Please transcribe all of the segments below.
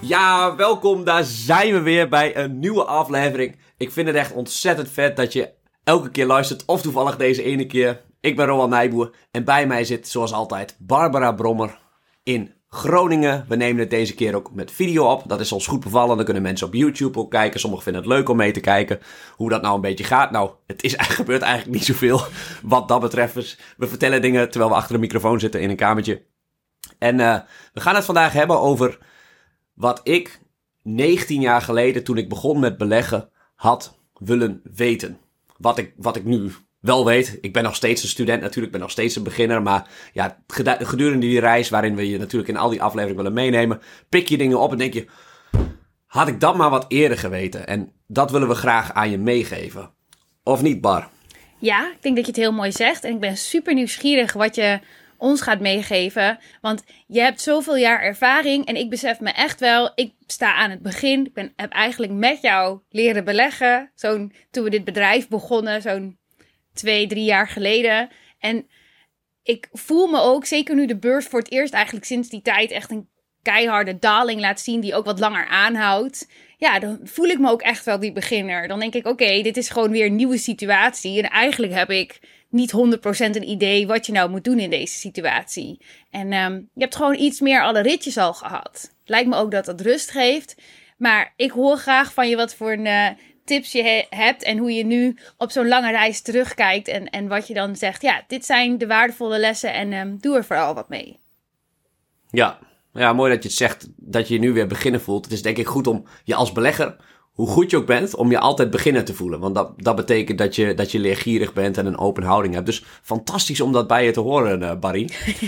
Ja, welkom. Daar zijn we weer bij een nieuwe aflevering. Ik vind het echt ontzettend vet dat je elke keer luistert, of toevallig deze ene keer. Ik ben Roald Nijboer en bij mij zit, zoals altijd, Barbara Brommer in Groningen. We nemen het deze keer ook met video op. Dat is ons goed bevallen. Dan kunnen mensen op YouTube ook kijken. Sommigen vinden het leuk om mee te kijken hoe dat nou een beetje gaat. Nou, gebeurt eigenlijk niet zoveel wat dat betreft. Dus we vertellen dingen terwijl we achter een microfoon zitten in een kamertje. En we gaan het vandaag hebben over wat ik 19 jaar geleden, toen ik begon met beleggen, had willen weten. Wat ik nu wel weet. Ik ben nog steeds een student natuurlijk, ik ben nog steeds een beginner. Maar ja, gedurende die reis, waarin we je natuurlijk in al die afleveringen willen meenemen, pik je dingen op en denk je, had ik dat maar wat eerder geweten? En dat willen we graag aan je meegeven. Of niet, Bar? Ja, ik denk dat je het heel mooi zegt. En ik ben super nieuwsgierig wat je ons gaat meegeven. Want je hebt zoveel jaar ervaring. En ik besef me echt wel, ik sta aan het begin. Ik heb eigenlijk met jou leren beleggen. Toen we dit bedrijf begonnen, zo'n 2-3 jaar geleden. En ik voel me ook, zeker nu de beurs voor het eerst eigenlijk sinds die tijd echt een keiharde daling laat zien die ook wat langer aanhoudt. Ja, dan voel ik me ook echt wel die beginner. Dan denk ik, oké, dit is gewoon weer een nieuwe situatie. En eigenlijk heb ik niet 100% een idee wat je nou moet doen in deze situatie. En je hebt gewoon iets meer alle ritjes al gehad. Lijkt me ook dat dat rust geeft. Maar ik hoor graag van je wat voor tips je hebt en hoe je nu op zo'n lange reis terugkijkt. En wat je dan zegt, ja, dit zijn de waardevolle lessen en doe er vooral wat mee. Ja, mooi dat je het zegt, dat je je nu weer beginner voelt. Het is denk ik goed om je als belegger, hoe goed je ook bent, om je altijd beginner te voelen. Want dat betekent dat je leergierig bent en een open houding hebt. Dus fantastisch om dat bij je te horen, Barry.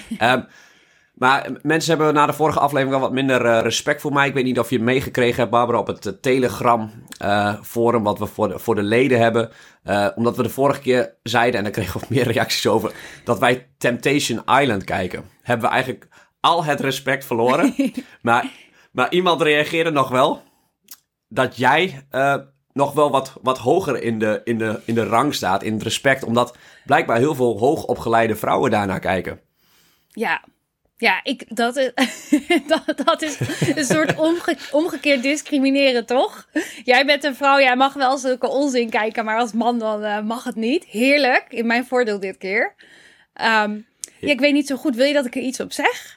Maar mensen hebben na de vorige aflevering wel wat minder respect voor mij. Ik weet niet of je het meegekregen hebt, Barbara, op het Telegram forum wat we voor de leden hebben. Omdat we de vorige keer zeiden, en daar kregen we wat meer reacties over, dat wij Temptation Island kijken. Hebben we eigenlijk al het respect verloren. maar iemand reageerde nog wel dat jij nog wel wat hoger in de rang staat, in het respect. Omdat blijkbaar heel veel hoogopgeleide vrouwen daarnaar kijken. Ja, dat is een soort omgekeerd discrimineren, toch? Jij bent een vrouw, jij mag wel zulke onzin kijken, maar als man dan mag het niet. Heerlijk, in mijn voordeel dit keer. Ja, ik weet niet zo goed, wil je dat ik er iets op zeg?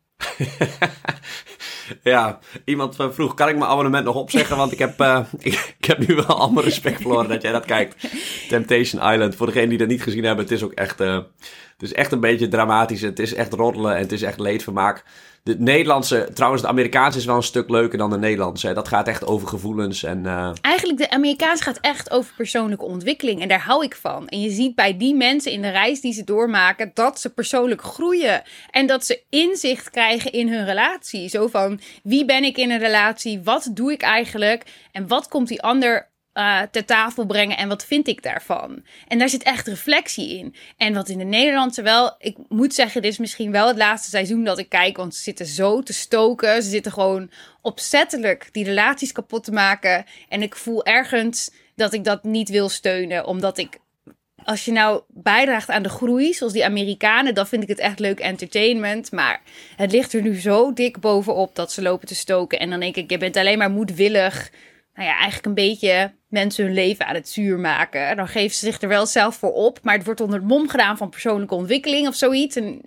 Ja, iemand vroeg, kan ik mijn abonnement nog opzeggen? Want ik heb nu wel al mijn respect verloren dat jij dat kijkt. Temptation Island, voor degenen die dat niet gezien hebben, het is ook echt, het is echt een beetje dramatisch. Het is echt roddelen en het is echt leedvermaak. De Nederlandse, trouwens de Amerikaanse is wel een stuk leuker dan de Nederlandse. Dat gaat echt over gevoelens en Eigenlijk, de Amerikaanse gaat echt over persoonlijke ontwikkeling. En daar hou ik van. En je ziet bij die mensen in de reis die ze doormaken, dat ze persoonlijk groeien. En dat ze inzicht krijgen in hun relatie. Zo van, wie ben ik in een relatie? Wat doe ik eigenlijk? En wat komt die ander ter tafel brengen en wat vind ik daarvan? En daar zit echt reflectie in. En wat in de Nederlandse wel, ik moet zeggen, dit is misschien wel het laatste seizoen dat ik kijk, want ze zitten zo te stoken. Ze zitten gewoon opzettelijk die relaties kapot te maken. En ik voel ergens dat ik dat niet wil steunen, omdat als je nou bijdraagt aan de groei, zoals die Amerikanen, dan vind ik het echt leuk entertainment. Maar het ligt er nu zo dik bovenop dat ze lopen te stoken. En dan denk ik, je bent alleen maar moedwillig, nou ja, eigenlijk een beetje mensen hun leven aan het zuur maken. Dan geven ze zich er wel zelf voor op, maar het wordt onder het mom gedaan van persoonlijke ontwikkeling of zoiets. En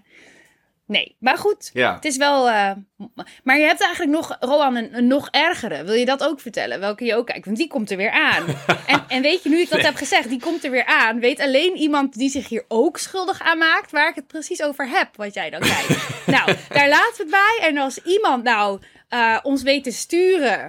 nee, maar goed, ja. Het is wel. Maar je hebt eigenlijk nog, Roan, een nog ergere. Wil je dat ook vertellen? Welke je ook kijkt? Want die komt er weer aan. En weet je, nu ik dat heb gezegd, die komt er weer aan. Weet alleen iemand die zich hier ook schuldig aan maakt, waar ik het precies over heb, wat jij dan kijkt. Nou, daar laten we het bij. En als iemand ons weet te sturen,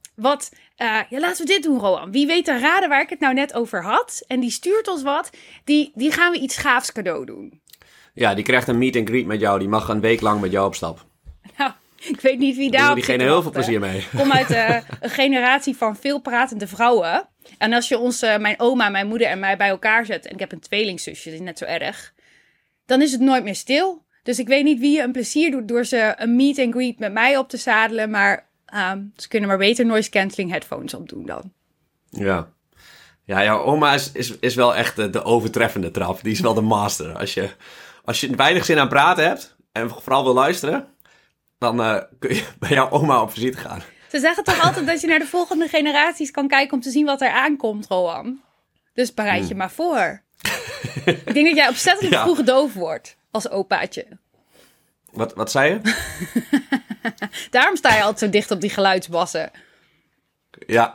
laten we dit doen, Roan. Wie weet te raden waar ik het nou net over had, en die stuurt ons wat, die gaan we iets gaafs cadeau doen. Ja, die krijgt een meet and greet met jou. Die mag een week lang met jou op stap. Nou, ik weet niet wie daar. Diegene heel veel plezier mee. Ik kom uit een generatie van veel pratende vrouwen. En als je mijn oma, mijn moeder en mij bij elkaar zet, en ik heb een tweelingzusje, dat is net zo erg, dan is het nooit meer stil. Dus ik weet niet wie je een plezier doet door ze een meet and greet met mij op te zadelen, maar ze kunnen maar beter noise cancelling headphones opdoen dan. Ja. Ja, jouw oma is wel echt de overtreffende trap. Die is wel de master. Als je weinig zin aan praten hebt en vooral wil luisteren, dan kun je bij jouw oma op visite gaan. Ze zeggen toch altijd dat je naar de volgende generaties kan kijken om te zien wat er aankomt, Rowan. Dus bereid je maar voor. Ik denk dat jij opzettelijk vroeg doof wordt als opaatje. Wat zei je? Daarom sta je altijd zo dicht op die geluidsbassen. Ja.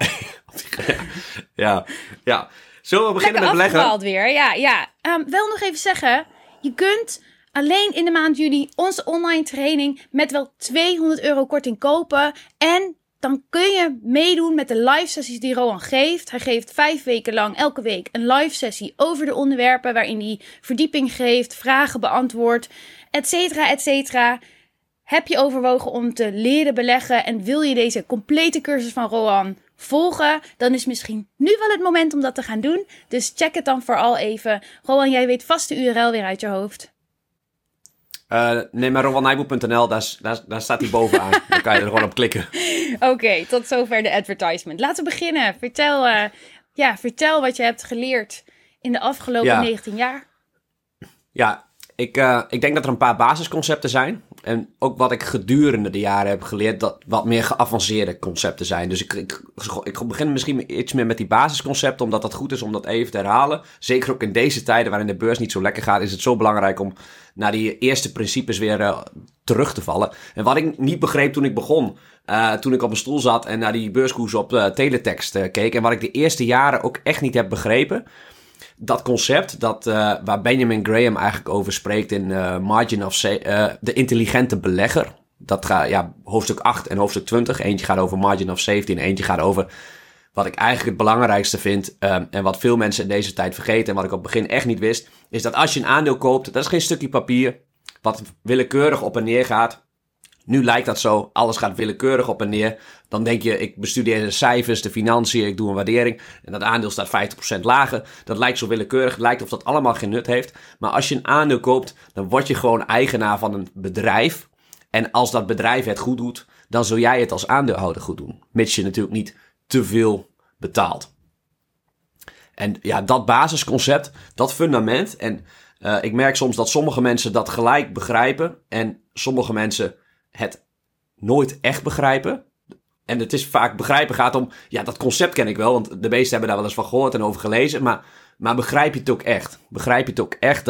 Ja. Zullen we beginnen met beleggen? Weer, ja. Wel nog even zeggen, je kunt alleen in de maand juli onze online training met wel €200 korting kopen. En dan kun je meedoen met de live sessies die Rowan geeft. Hij geeft 5 weken lang elke week een live sessie over de onderwerpen waarin hij verdieping geeft, vragen beantwoordt, et cetera. Heb je overwogen om te leren beleggen en wil je deze complete cursus van Rowan volgen, dan is misschien nu wel het moment om dat te gaan doen. Dus check het dan vooral even. Rowan, jij weet vast de URL weer uit je hoofd. Nee, maar rowannijboer.nl, daar staat hij bovenaan. Dan kan je er gewoon op klikken. Oké, tot zover de advertisement. Laten we beginnen. Vertel wat je hebt geleerd in de afgelopen 19 jaar. Ja, ik denk dat er een paar basisconcepten zijn. En ook wat ik gedurende de jaren heb geleerd, dat wat meer geavanceerde concepten zijn. Dus ik begin misschien iets meer met die basisconcepten, omdat dat goed is om dat even te herhalen. Zeker ook in deze tijden waarin de beurs niet zo lekker gaat, is het zo belangrijk om naar die eerste principes weer terug te vallen. En wat ik niet begreep toen ik begon, toen ik op een stoel zat en naar die beurskoers op teletext keek, en wat ik de eerste jaren ook echt niet heb begrepen, dat concept waar Benjamin Graham eigenlijk over spreekt in de intelligente belegger. Dat gaat hoofdstuk 8 en hoofdstuk 20. Eentje gaat over margin of safety en eentje gaat over wat ik eigenlijk het belangrijkste vind. En wat veel mensen in deze tijd vergeten en wat ik op het begin echt niet wist. Is dat als je een aandeel koopt, dat is geen stukje papier wat willekeurig op en neer gaat. Nu lijkt dat zo, alles gaat willekeurig op en neer. Dan denk je, ik bestudeer de cijfers, de financiën, ik doe een waardering. En dat aandeel staat 50% lager. Dat lijkt zo willekeurig, het lijkt of dat allemaal geen nut heeft. Maar als je een aandeel koopt, dan word je gewoon eigenaar van een bedrijf. En als dat bedrijf het goed doet, dan zul jij het als aandeelhouder goed doen. Mits je natuurlijk niet te veel betaalt. En ja, dat basisconcept, dat fundament. En ik merk soms dat sommige mensen dat gelijk begrijpen. En sommige mensen het nooit echt begrijpen. En het is vaak begrijpen gaat om, ja, dat concept ken ik wel, want de meesten hebben daar wel eens van gehoord en over gelezen, maar begrijp je het ook echt? Begrijp je het ook echt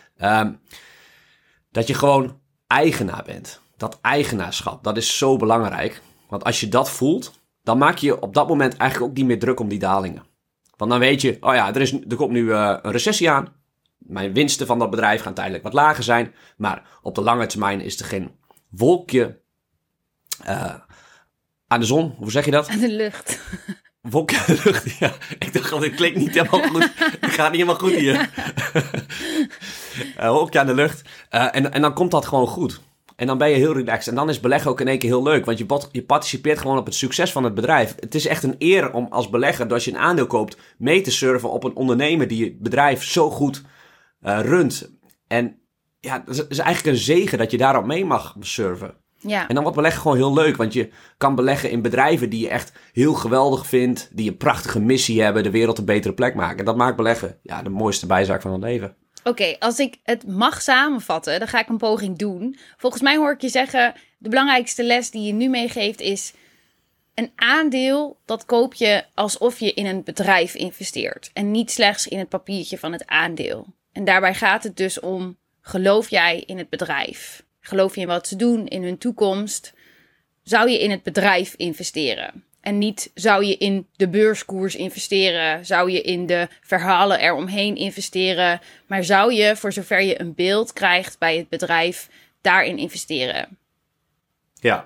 dat je gewoon eigenaar bent? Dat eigenaarschap, dat is zo belangrijk. Want als je dat voelt, dan maak je op dat moment eigenlijk ook niet meer druk om die dalingen. Want dan weet je, oh ja, er komt nu een recessie aan. Mijn winsten van dat bedrijf gaan tijdelijk wat lager zijn, maar op de lange termijn is er geen wolkje aan de zon, hoe zeg je dat? Aan de lucht. Wolkje aan de lucht, ja. Ik dacht al, dit klinkt niet helemaal goed. Het gaat niet helemaal goed hier. Wolkje aan de lucht. En dan komt dat gewoon goed. En dan ben je heel relaxed. En dan is beleggen ook in één keer heel leuk. Want je participeert gewoon op het succes van het bedrijf. Het is echt een eer om als belegger, als je een aandeel koopt, mee te surfen op een ondernemer die het bedrijf zo goed runt. En ja, het is eigenlijk een zegen dat je daarop mee mag surfen. Ja. En dan wordt beleggen gewoon heel leuk, want je kan beleggen in bedrijven die je echt heel geweldig vindt, die een prachtige missie hebben, de wereld een betere plek maken. En dat maakt beleggen de mooiste bijzaak van het leven. Oké, als ik het mag samenvatten, dan ga ik een poging doen. Volgens mij hoor ik je zeggen, de belangrijkste les die je nu meegeeft is, een aandeel, dat koop je alsof je in een bedrijf investeert. En niet slechts in het papiertje van het aandeel. En daarbij gaat het dus om, geloof jij in het bedrijf? Geloof je in wat ze doen, in hun toekomst? Zou je in het bedrijf investeren? En niet zou je in de beurskoers investeren? Zou je in de verhalen eromheen investeren? Maar zou je, voor zover je een beeld krijgt bij het bedrijf, daarin investeren? Ja.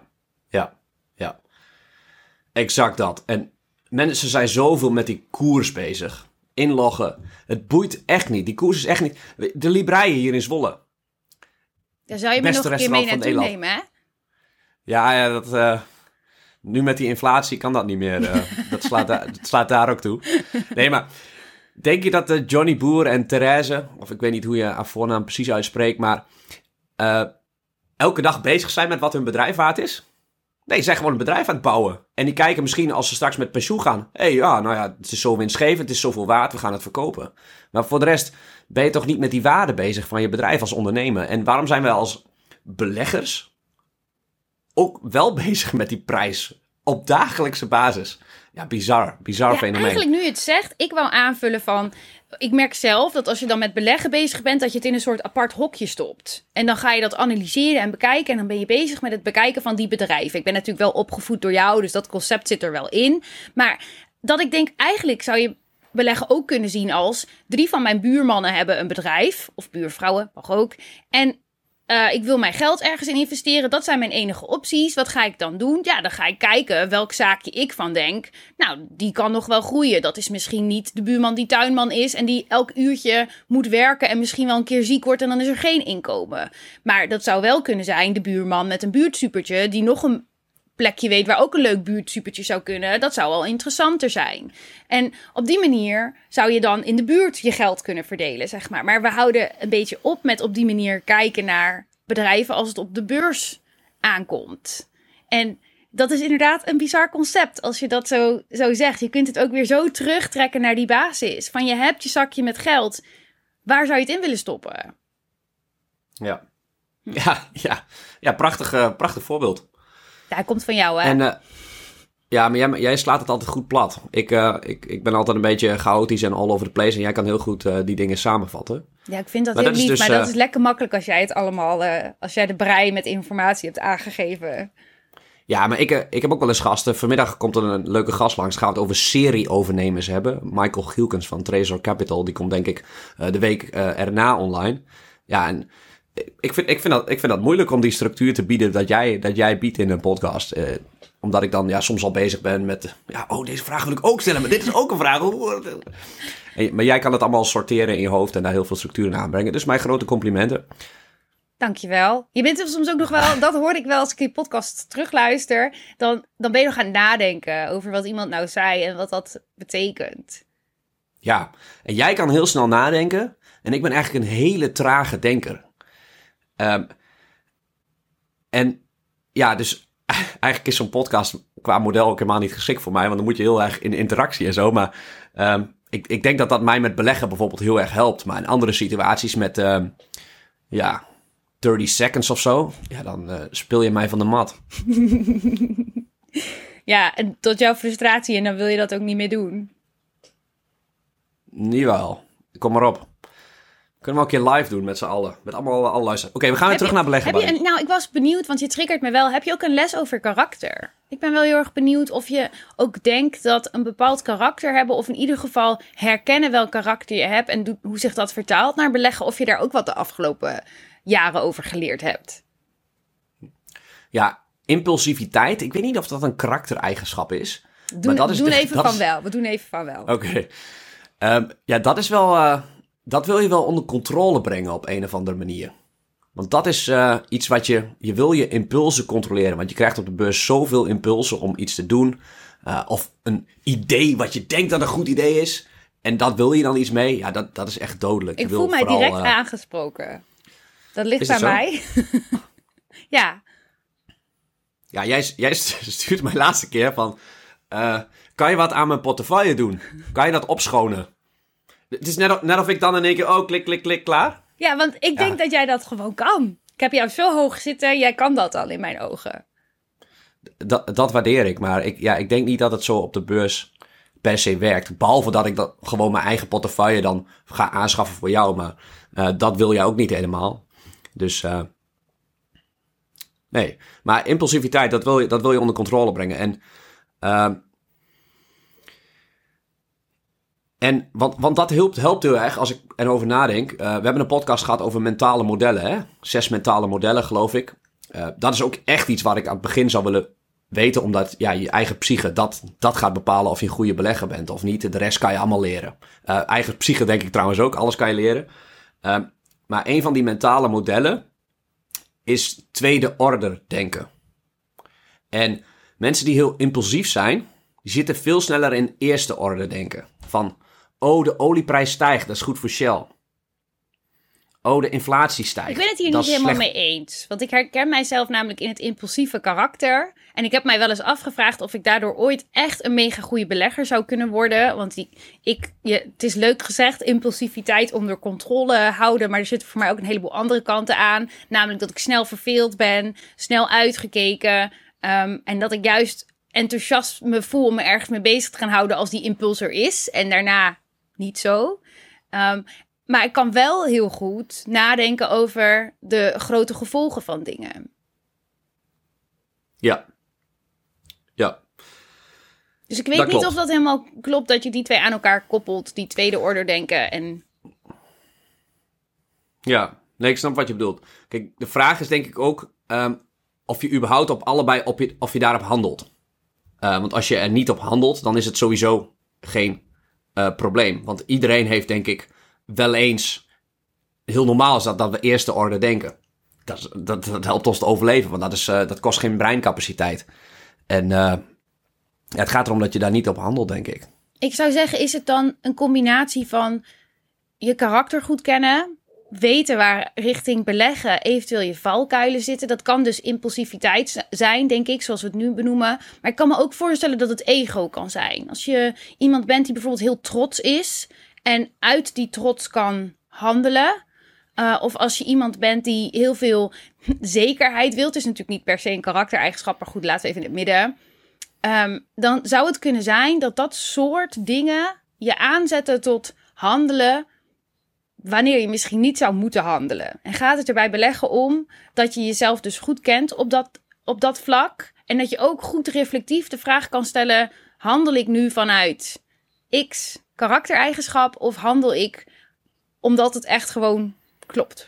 Exact dat. En mensen zijn zoveel met die koers bezig. Inloggen. Het boeit echt niet. Die koers is echt niet. De Libraïe hier in Zwolle. Daar zou je me nog een keer mee naartoe nemen, hè? Ja, dat, nu met die inflatie kan dat niet meer. Dat slaat daar ook toe. Nee, maar denk je dat Johnny Boer en Therese, of ik weet niet hoe je haar voornaam precies uitspreekt, maar elke dag bezig zijn met wat hun bedrijf waard is? Nee, ze zijn gewoon een bedrijf aan het bouwen. En die kijken misschien als ze straks met pensioen gaan. Het is zo winstgevend, het is zoveel waard, we gaan het verkopen. Maar voor de rest ben je toch niet met die waarde bezig van je bedrijf als ondernemer. En waarom zijn wij als beleggers ook wel bezig met die prijs. Op dagelijkse basis. Ja, bizar fenomeen. Eigenlijk nu je het zegt, ik wou aanvullen van... Ik merk zelf dat als je dan met beleggen bezig bent... dat je het in een soort apart hokje stopt. En dan ga je dat analyseren en bekijken... en dan ben je bezig met het bekijken van die bedrijven. Ik ben natuurlijk wel opgevoed door jou, dus dat concept zit er wel in. Maar dat ik denk, eigenlijk zou je beleggen ook kunnen zien als... 3 van mijn buurmannen hebben een bedrijf, of buurvrouwen, mag ook. En ik wil mijn geld ergens in investeren. Dat zijn mijn enige opties. Wat ga ik dan doen? Ja, dan ga ik kijken welk zaakje ik van denk. Nou, die kan nog wel groeien. Dat is misschien niet de buurman die tuinman is... en die elk uurtje moet werken... en misschien wel een keer ziek wordt en dan is er geen inkomen. Maar dat zou wel kunnen zijn de buurman met een buurtsupertje... die nog een plekje weet waar ook een leuk buurtsupertje zou kunnen. Dat zou wel interessanter zijn. En op die manier zou je dan in de buurt je geld kunnen verdelen, zeg maar. Maar we houden een beetje op met op die manier kijken naar bedrijven als het op de beurs aankomt. En dat is inderdaad een bizar concept als je dat zo zegt. Je kunt het ook weer zo terugtrekken naar die basis. Van je hebt je zakje met geld. Waar zou je het in willen stoppen? Ja, prachtig voorbeeld. Ja, hij komt van jou, hè? En maar jij slaat het altijd goed plat. Ik ben altijd een beetje chaotisch en all over the place. En jij kan heel goed die dingen samenvatten. Ja, ik vind dat maar heel dat lief. Dus, maar dat is lekker makkelijk als jij het allemaal... als jij de brei met informatie hebt aangegeven. Ja, maar ik heb ook wel eens gasten. Vanmiddag komt er een leuke gast langs. Gaan we het over serie-overnemers hebben. Michael Gielkens van Trezor Capital. Die komt denk ik de week erna online. Ja, en... Ik vind dat moeilijk om die structuur te bieden dat jij biedt in een podcast. Omdat ik dan soms al bezig ben met... deze vraag wil ik ook stellen, maar dit is ook een vraag. Maar jij kan het allemaal sorteren in je hoofd en daar heel veel structuur in aanbrengen. Dus mijn grote complimenten. Dankjewel. Je bent er soms ook nog wel... Dat hoorde ik wel als ik die podcast terugluister. Dan ben je nog aan het nadenken over wat iemand nou zei en wat dat betekent. Ja, en jij kan heel snel nadenken. En ik ben eigenlijk een hele trage denker. Dus eigenlijk is zo'n podcast qua model ook helemaal niet geschikt voor mij. Want dan moet je heel erg in interactie en zo. Maar ik denk dat mij met beleggen bijvoorbeeld heel erg helpt. Maar in andere situaties met 30 seconds of zo. Ja, dan speel je mij van de mat. Ja, en tot jouw frustratie. En dan wil je dat ook niet meer doen. Jawel, kom maar op. Kunnen we ook een keer live doen met z'n allen. Met allemaal alle luisteren. Oké, we gaan weer terug naar beleggen. Nou, ik was benieuwd, want je triggert me wel. Heb je ook een les over karakter? Ik ben wel heel erg benieuwd of je ook denkt dat een bepaald karakter hebben... of in ieder geval herkennen welk karakter je hebt... en hoe zich dat vertaalt naar beleggen... of je daar ook wat de afgelopen jaren over geleerd hebt. Ja, impulsiviteit. Ik weet niet of dat een karaktereigenschap is. We doen even van wel. Oké. Dat is wel... Dat wil je wel onder controle brengen op een of andere manier. Want dat is iets wat je wil je impulsen controleren. Want je krijgt op de beurs zoveel impulsen om iets te doen. Of een idee wat je denkt dat een goed idee is. En dat wil je dan iets mee. Ja, dat is echt dodelijk. Ik voel mij direct aangesproken. Dat ligt bij mij. Ja. Ja, jij stuurt mij laatste keer van... kan je wat aan mijn portefeuille doen? Kan je dat opschonen? Het is net of ik dan in één keer... klik, klik, klik, klaar. Ja, want ik denk dat jij dat gewoon kan. Ik heb jou zo hoog zitten. Jij kan dat al in mijn ogen. Dat waardeer ik. Maar ik denk niet dat het zo op de beurs per se werkt. Behalve dat ik dat gewoon mijn eigen portefeuille dan ga aanschaffen voor jou. Maar dat wil jij ook niet helemaal. Dus nee. Maar impulsiviteit, dat wil je onder controle brengen. Want dat helpt heel erg als ik erover nadenk. We hebben een podcast gehad over mentale modellen. Hè? 6 mentale modellen, geloof ik. Dat is ook echt iets wat ik aan het begin zou willen weten. Omdat je eigen psyche, dat gaat bepalen of je een goede belegger bent of niet. De rest kan je allemaal leren. Eigen psyche denk ik trouwens ook. Alles kan je leren. Maar een van die mentale modellen is tweede order denken. En mensen die heel impulsief zijn, die zitten veel sneller in eerste orde denken. Van... de olieprijs stijgt, dat is goed voor Shell. oh, de inflatie stijgt. Ik ben het hier Dat niet is helemaal slecht. mee eens. Want ik herken mijzelf namelijk in het impulsieve karakter. En ik heb mij wel eens afgevraagd of ik daardoor ooit echt een mega goede belegger zou kunnen worden. Want het is leuk gezegd, impulsiviteit onder controle houden. Maar er zitten voor mij ook een heleboel andere kanten aan. Namelijk dat ik snel verveeld ben, snel uitgekeken. En dat ik juist enthousiasme voel om me ergens mee bezig te gaan houden als die impuls er is. En daarna niet zo. Maar ik kan wel heel goed nadenken over de grote gevolgen van dingen. Ja. Dus ik weet Dat niet klopt. of dat helemaal klopt dat je die twee aan elkaar koppelt. Die tweede orde denken en... Ja, nee, ik snap wat je bedoelt. Kijk, de vraag is denk ik ook of je überhaupt op allebei, of je daarop handelt. Want als je er niet op handelt, dan is het sowieso geen probleem. Want iedereen heeft denk ik wel eens, heel normaal is dat we eerste orde denken. Dat helpt ons te overleven, want dat kost geen breincapaciteit. En het gaat erom dat je daar niet op handelt, denk ik. Ik zou zeggen, is het dan een combinatie van je karakter goed kennen, weten waar richting beleggen eventueel je valkuilen zitten. Dat kan dus impulsiviteit zijn, denk ik, zoals we het nu benoemen. Maar ik kan me ook voorstellen dat het ego kan zijn. Als je iemand bent die bijvoorbeeld heel trots is en uit die trots kan handelen. Of als je iemand bent die heel veel zekerheid wil. Het is natuurlijk niet per se een karaktereigenschap, maar goed, laten we even in het midden. Dan zou het kunnen zijn dat soort dingen je aanzetten tot handelen wanneer je misschien niet zou moeten handelen. En gaat het er bij beleggen om dat je jezelf dus goed kent op dat vlak. En dat je ook goed reflectief de vraag kan stellen, handel ik nu vanuit X karaktereigenschap of handel ik omdat het echt gewoon klopt?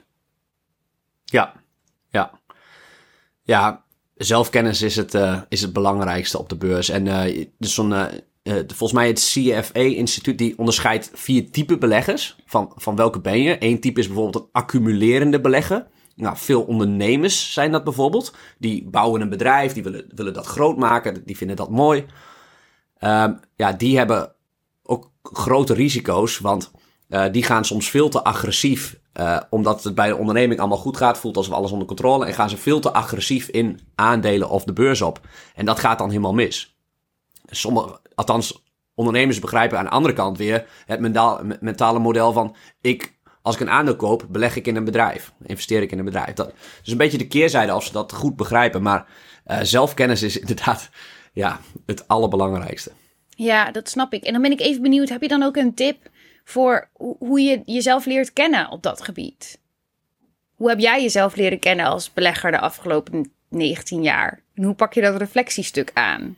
Ja, zelfkennis is het belangrijkste op de beurs. En dus volgens mij het CFA-instituut die onderscheidt 4 typen beleggers. Van welke ben je? 1 type is bijvoorbeeld een accumulerende belegger. Nou, veel ondernemers zijn dat bijvoorbeeld. Die bouwen een bedrijf, die willen dat groot maken, die vinden dat mooi. Die hebben ook grote risico's, want die gaan soms veel te agressief. Omdat het bij de onderneming allemaal goed gaat, voelt alsof alles onder controle. En gaan ze veel te agressief in aandelen of de beurs op. En dat gaat dan helemaal mis. Althans, ondernemers begrijpen aan de andere kant weer het mentale model van als ik een aandeel koop, beleg ik in een bedrijf. Investeer ik in een bedrijf. Dat is een beetje de keerzijde als ze dat goed begrijpen. Maar zelfkennis is inderdaad het allerbelangrijkste. Ja, dat snap ik. En dan ben ik even benieuwd, heb je dan ook een tip voor hoe je jezelf leert kennen op dat gebied? Hoe heb jij jezelf leren kennen als belegger de afgelopen 19 jaar? En hoe pak je dat reflectiestuk aan?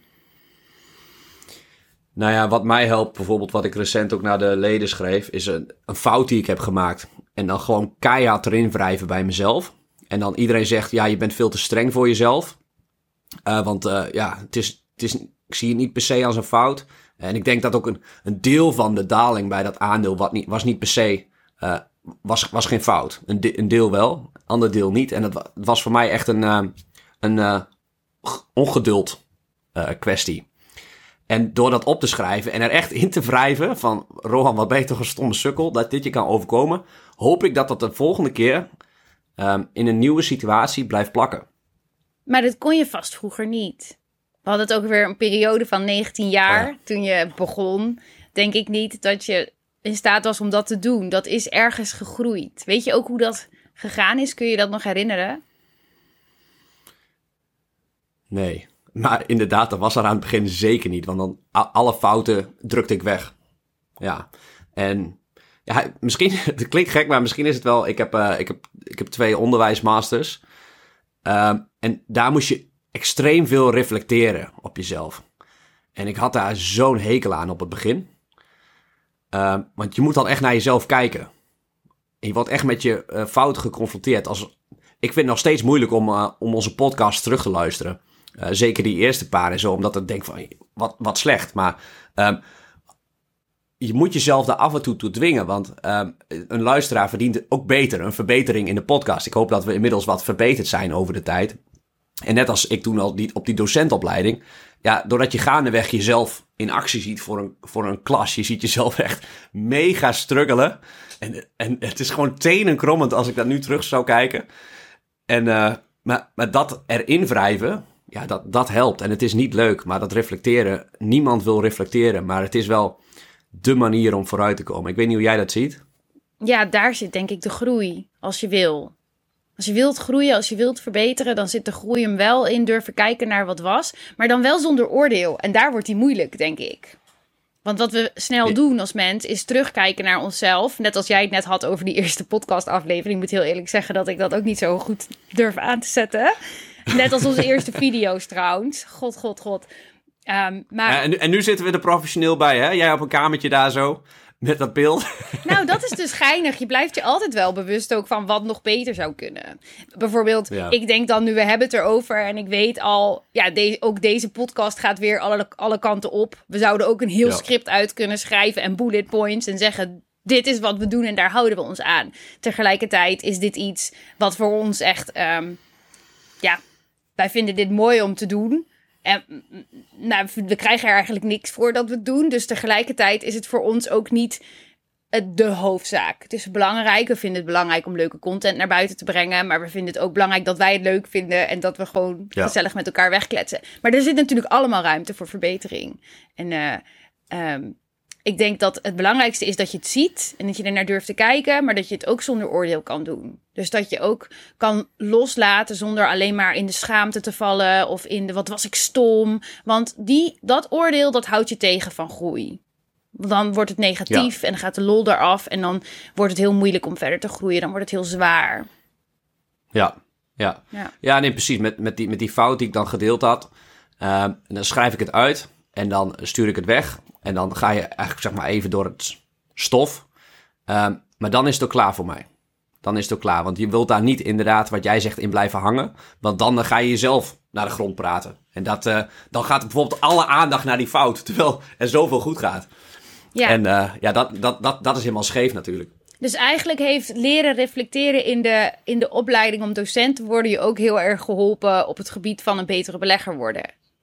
Nou ja, wat mij helpt, bijvoorbeeld wat ik recent ook naar de leden schreef, is een fout die ik heb gemaakt. En dan gewoon keihard erin wrijven bij mezelf. En dan iedereen zegt, ja, je bent veel te streng voor jezelf. Ik zie het niet per se als een fout. En ik denk dat ook een deel van de daling bij dat aandeel was niet per se, was geen fout. Een deel wel, een ander deel niet. En het was voor mij echt een ongeduld kwestie. En door dat op te schrijven en er echt in te wrijven van, Rohan, wat ben je toch een stomme sukkel, dat dit je kan overkomen, hoop ik dat de volgende keer in een nieuwe situatie blijft plakken. Maar dat kon je vast vroeger niet. We hadden het ook weer een periode van 19 jaar toen je begon. Denk ik niet dat je in staat was om dat te doen. Dat is ergens gegroeid. Weet je ook hoe dat gegaan is? Kun je dat nog herinneren? Nee, maar inderdaad, dat was er aan het begin zeker niet. Want dan alle fouten drukte ik weg. Ja, en ja, misschien, het klinkt gek, maar misschien is het wel. Ik heb 2 onderwijsmasters. En daar moest je extreem veel reflecteren op jezelf. En ik had daar zo'n hekel aan op het begin. Want je moet dan echt naar jezelf kijken. En je wordt echt met je fouten geconfronteerd. Ik vind het nog steeds moeilijk om onze podcast terug te luisteren. Zeker die eerste paar en zo. Omdat ik denk van, wat slecht. Maar je moet jezelf daar af en toe dwingen. Want een luisteraar verdient ook beter. Een verbetering in de podcast. Ik hoop dat we inmiddels wat verbeterd zijn over de tijd. En net als ik toen al op die docentopleiding. Ja, doordat je gaandeweg jezelf in actie ziet voor een klas. Je ziet jezelf echt mega struggelen. En het is gewoon tenenkrommend als ik dat nu terug zou kijken. Maar dat erin wrijven, ja, dat helpt. En het is niet leuk, maar dat reflecteren, niemand wil reflecteren. Maar het is wel de manier om vooruit te komen. Ik weet niet hoe jij dat ziet. Ja, daar zit denk ik de groei, als je wil. Als je wilt groeien, als je wilt verbeteren, dan zit de groei hem wel in durven kijken naar wat was. Maar dan wel zonder oordeel. En daar wordt die moeilijk, denk ik. Want wat we snel doen als mens is terugkijken naar onszelf. Net als jij het net had over die eerste podcastaflevering. Ik moet heel eerlijk zeggen dat ik dat ook niet zo goed durf aan te zetten. Net als onze eerste video's trouwens. God. En nu zitten we er professioneel bij, hè? Jij op een kamertje daar zo, met dat beeld. Nou, dat is dus geinig. Je blijft je altijd wel bewust ook van wat nog beter zou kunnen. Bijvoorbeeld, Ik denk dan nu, we hebben het erover en ik weet al, ja, ook deze podcast gaat weer alle kanten op. We zouden ook een heel script uit kunnen schrijven en bullet points en zeggen, dit is wat we doen en daar houden we ons aan. Tegelijkertijd is dit iets wat voor ons echt, wij vinden dit mooi om te doen. En we krijgen er eigenlijk niks voor dat we het doen. Dus tegelijkertijd is het voor ons ook niet de hoofdzaak. Het is belangrijk. We vinden het belangrijk om leuke content naar buiten te brengen. Maar we vinden het ook belangrijk dat wij het leuk vinden. En dat we gewoon gezellig met elkaar wegkletsen. Maar er zit natuurlijk allemaal ruimte voor verbetering. En ik denk dat het belangrijkste is dat je het ziet. En dat je er naar durft te kijken. Maar dat je het ook zonder oordeel kan doen. Dus dat je ook kan loslaten zonder alleen maar in de schaamte te vallen. Of in de wat was ik stom. Want dat oordeel, dat houdt je tegen van groei. Dan wordt het negatief en dan gaat de lol eraf. En dan wordt het heel moeilijk om verder te groeien. Dan wordt het heel zwaar. Ja, nee, precies. Met die fout die ik dan gedeeld had. En dan schrijf ik het uit. En dan stuur ik het weg. En dan ga je eigenlijk zeg maar even door het stof. Maar dan is het ook klaar voor mij. Dan is het ook klaar. Want je wilt daar niet inderdaad, wat jij zegt, in blijven hangen. Want dan ga je jezelf naar de grond praten. En dan gaat bijvoorbeeld alle aandacht naar die fout. Terwijl er zoveel goed gaat. Ja. En dat is helemaal scheef natuurlijk. Dus eigenlijk heeft leren reflecteren in de opleiding om docent te worden je ook heel erg geholpen op het gebied van een betere belegger worden.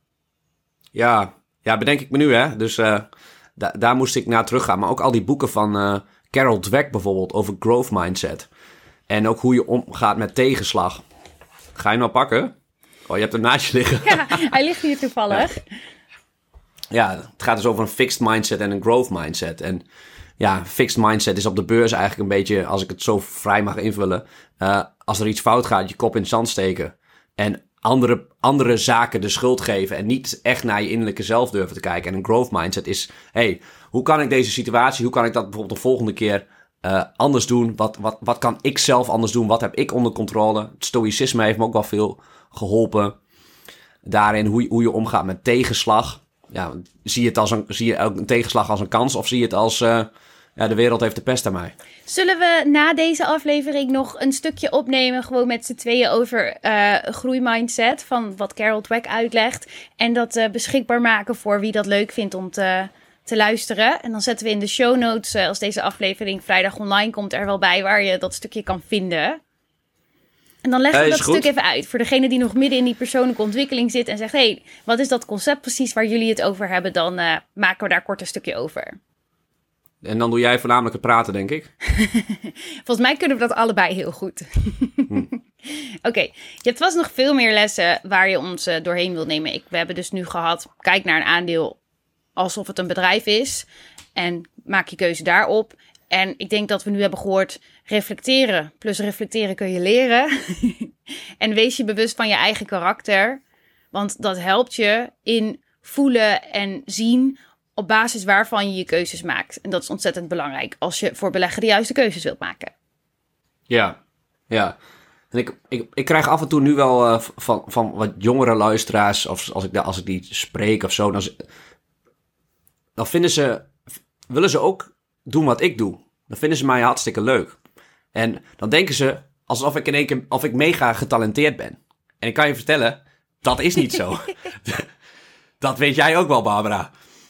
Ja, bedenk ik me nu, hè. Dus daar moest ik naar teruggaan. Maar ook al die boeken van Carol Dweck bijvoorbeeld over growth mindset. En ook hoe je omgaat met tegenslag. Ga je hem nou pakken? Oh, je hebt hem naast je liggen. Ja, hij ligt hier toevallig. Ja, het gaat dus over een fixed mindset en een growth mindset. En ja, fixed mindset is op de beurs eigenlijk een beetje, als ik het zo vrij mag invullen, als er iets fout gaat, je kop in het zand steken. En andere zaken de schuld geven en niet echt naar je innerlijke zelf durven te kijken. En een growth mindset is, hoe kan ik deze situatie, hoe kan ik dat bijvoorbeeld de volgende keer anders doen? Wat kan ik zelf anders doen? Wat heb ik onder controle? Het stoïcisme heeft me ook wel veel geholpen. Daarin hoe je omgaat met tegenslag. Ja, zie je een tegenslag als een kans of zie je het als de wereld heeft de pest aan mij? Zullen we na deze aflevering nog een stukje opnemen, gewoon met z'n tweeën over groeimindset, van wat Carol Dweck uitlegt. En dat beschikbaar maken voor wie dat leuk vindt om te luisteren. En dan zetten we in de show notes, als deze aflevering vrijdag online komt, er wel bij waar je dat stukje kan vinden. En dan leggen we dat stuk even uit. Voor degene die nog midden in die persoonlijke ontwikkeling zit en zegt, wat is dat concept precies waar jullie het over hebben? Dan maken we daar kort een stukje over. En dan doe jij voornamelijk het praten, denk ik. Volgens mij kunnen we dat allebei heel goed. Oké, je hebt vast nog veel meer lessen waar je ons doorheen wilt nemen. We hebben dus nu gehad, kijk naar een aandeel alsof het een bedrijf is. En maak je keuze daarop. En ik denk dat we nu hebben gehoord, reflecteren. Plus reflecteren kun je leren. En wees je bewust van je eigen karakter. Want dat helpt je in voelen en zien op basis waarvan je je keuzes maakt. En dat is ontzettend belangrijk als je voor beleggen de juiste keuzes wilt maken. Ja. En ik krijg af en toe nu wel van wat jongere luisteraars, of als ik die spreek of zo, dan willen ze ook doen wat ik doe. Dan vinden ze mij hartstikke leuk. En dan denken ze alsof ik in één keer, of ik mega getalenteerd ben. En ik kan je vertellen, dat is niet zo. Dat weet jij ook wel, Barbara.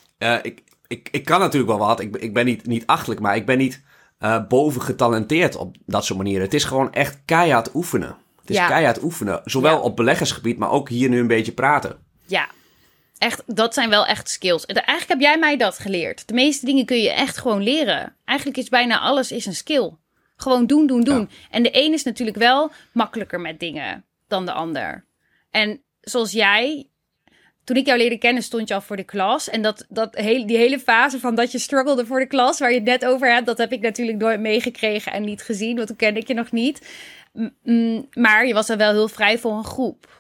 Ik kan natuurlijk wel wat. Ik ben niet achterlijk, maar ik ben niet boven getalenteerd op dat soort manieren. Het is gewoon echt keihard oefenen. Het is keihard oefenen. Zowel op beleggersgebied, maar ook hier nu een beetje praten. Ja. dat zijn wel echt skills. Eigenlijk heb jij mij dat geleerd. De meeste dingen kun je echt gewoon leren. Eigenlijk is bijna alles is een skill. Gewoon doen. Ja. En de een is natuurlijk wel makkelijker met dingen dan de ander. En zoals jij, toen ik jou leerde kennen, stond je al voor de klas. En die hele fase van dat je struggelde voor de klas, waar je het net over hebt, dat heb ik natuurlijk nooit meegekregen en niet gezien, want toen kende ik je nog niet. Maar je was dan wel heel vrij voor een groep.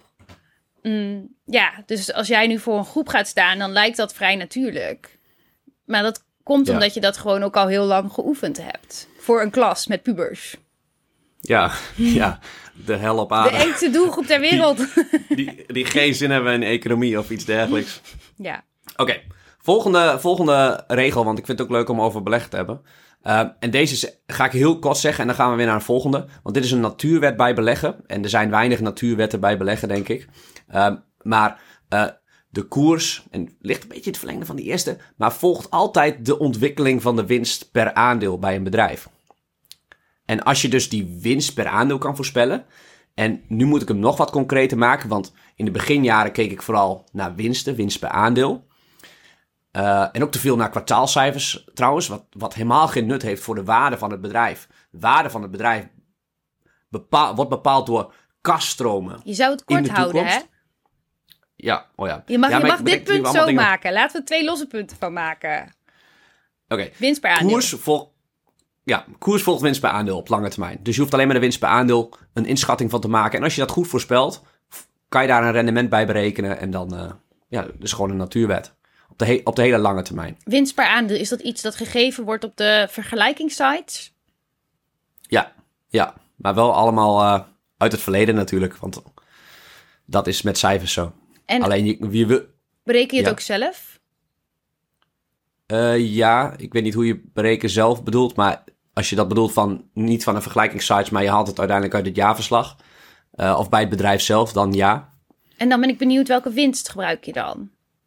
Ja, dus als jij nu voor een groep gaat staan, dan lijkt dat vrij natuurlijk. Maar dat komt omdat je dat gewoon ook al heel lang geoefend hebt. Voor een klas met pubers. Ja, de hel op aarde. De engste doelgroep ter wereld. Die geen zin hebben in economie of iets dergelijks. Ja. Oké, volgende regel, want ik vind het ook leuk om over beleggen te hebben. En deze ga ik heel kort zeggen en dan gaan we weer naar de volgende. Want dit is een natuurwet bij beleggen. En er zijn weinig natuurwetten bij beleggen, denk ik. Maar de koers, en ligt een beetje het verlengde van die eerste, maar volgt altijd de ontwikkeling van de winst per aandeel bij een bedrijf. En als je dus die winst per aandeel kan voorspellen, en nu moet ik hem nog wat concreter maken, want in de beginjaren keek ik vooral naar winst per aandeel. En ook te veel naar kwartaalcijfers trouwens, wat helemaal geen nut heeft voor de waarde van het bedrijf. De waarde van het bedrijf wordt bepaald door kasstromen. Je zou het kort houden, hè? Ja, oh ja. Je mag dit punt zo maken. Laten we 2 losse punten van maken. Oké. Winst per aandeel. Koers volgt winst per aandeel op lange termijn. Dus je hoeft alleen maar de winst per aandeel een inschatting van te maken. En als je dat goed voorspelt, kan je daar een rendement bij berekenen. En dan, dus gewoon een natuurwet. Op de hele lange termijn. Winst per aandeel, is dat iets dat gegeven wordt op de vergelijkingssites? Ja. Maar wel allemaal uit het verleden natuurlijk. Want dat is met cijfers zo. En alleen bereken je het ook zelf? Ja, ik weet niet hoe je bereken zelf bedoelt. Maar als je dat bedoelt niet van een vergelijkingssite, maar je haalt het uiteindelijk uit het jaarverslag. Of bij het bedrijf zelf, dan ja. En dan ben ik benieuwd, welke winst gebruik je dan?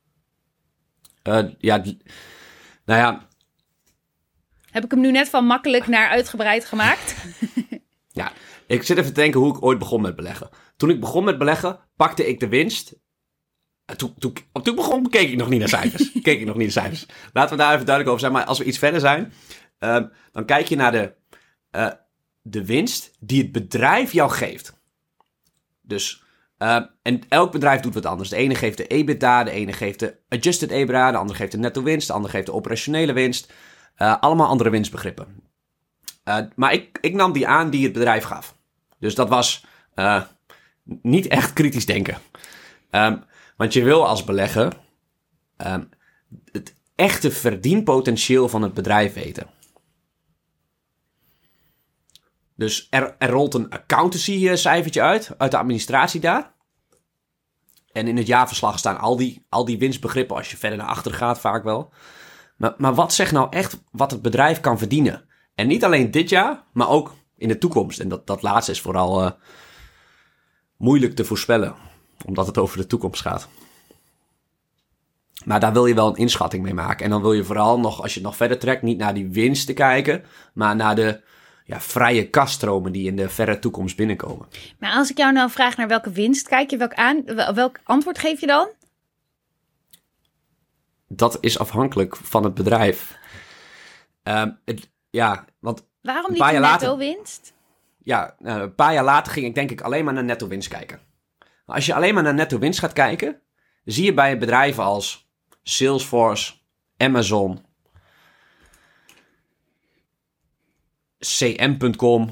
Heb ik hem nu net van makkelijk naar uitgebreid gemaakt? Ja, ik zit even te denken hoe ik ooit begon met beleggen. Toen ik begon met beleggen, pakte ik de winst. Toen begon, keek ik nog niet naar cijfers. Laten we daar even duidelijk over zijn. Maar als we iets verder zijn, dan kijk je naar de winst die het bedrijf jou geeft. Dus, en elk bedrijf doet wat anders. De ene geeft de EBITDA, de ene geeft de adjusted EBITDA, de andere geeft de netto winst, de andere geeft de operationele winst. Allemaal andere winstbegrippen. Maar ik nam die aan die het bedrijf gaf. Dus dat was niet echt kritisch denken. Want je wil als belegger het echte verdienpotentieel van het bedrijf weten. Dus er rolt een accountancy-cijfertje uit de administratie daar. En in het jaarverslag staan al die winstbegrippen, als je verder naar achteren gaat vaak wel. Maar wat zegt nou echt wat het bedrijf kan verdienen? En niet alleen dit jaar, maar ook in de toekomst. En dat laatste is vooral moeilijk te voorspellen, omdat het over de toekomst gaat. Maar daar wil je wel een inschatting mee maken. En dan wil je vooral nog, als je het nog verder trekt, niet naar die winsten kijken, maar naar de vrije kasstromen die in de verre toekomst binnenkomen. Maar als ik jou nou vraag naar welke winst kijk je, welk antwoord geef je dan? Dat is afhankelijk van het bedrijf. Want waarom niet de netto winst? Ja, een paar jaar later ging ik denk ik alleen maar naar netto winst kijken. Maar als je alleen maar naar netto winst gaat kijken, zie je bij bedrijven als Salesforce, Amazon, cm.com,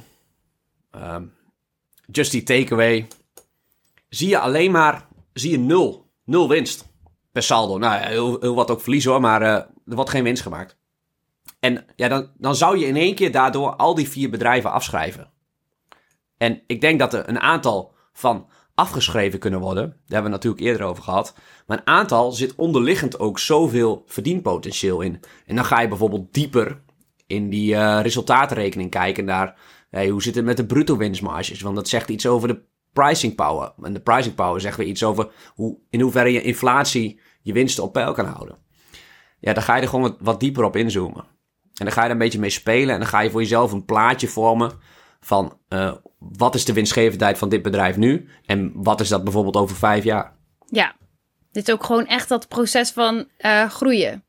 Just Eat Takeaway, zie je nul winst per saldo. Nou ja, heel wat ook verlies hoor, maar er wordt geen winst gemaakt. En ja, dan zou je in één keer daardoor al die 4 bedrijven afschrijven. En ik denk dat er een aantal van afgeschreven kunnen worden. Daar hebben we natuurlijk eerder over gehad. Maar een aantal zit onderliggend ook zoveel verdienpotentieel in. En dan ga je bijvoorbeeld dieper in die resultaatrekening kijken naar hoe zit het met de bruto winstmarges. Want dat zegt iets over de pricing power. En de pricing power zegt weer iets over in hoeverre je inflatie je winsten op peil kan houden. Ja, dan ga je er gewoon wat dieper op inzoomen. En dan ga je er een beetje mee spelen. En dan ga je voor jezelf een plaatje vormen van wat is de winstgevendheid van dit bedrijf nu? En wat is dat bijvoorbeeld over 5 jaar? Ja, Dit is ook gewoon echt dat proces van groeien.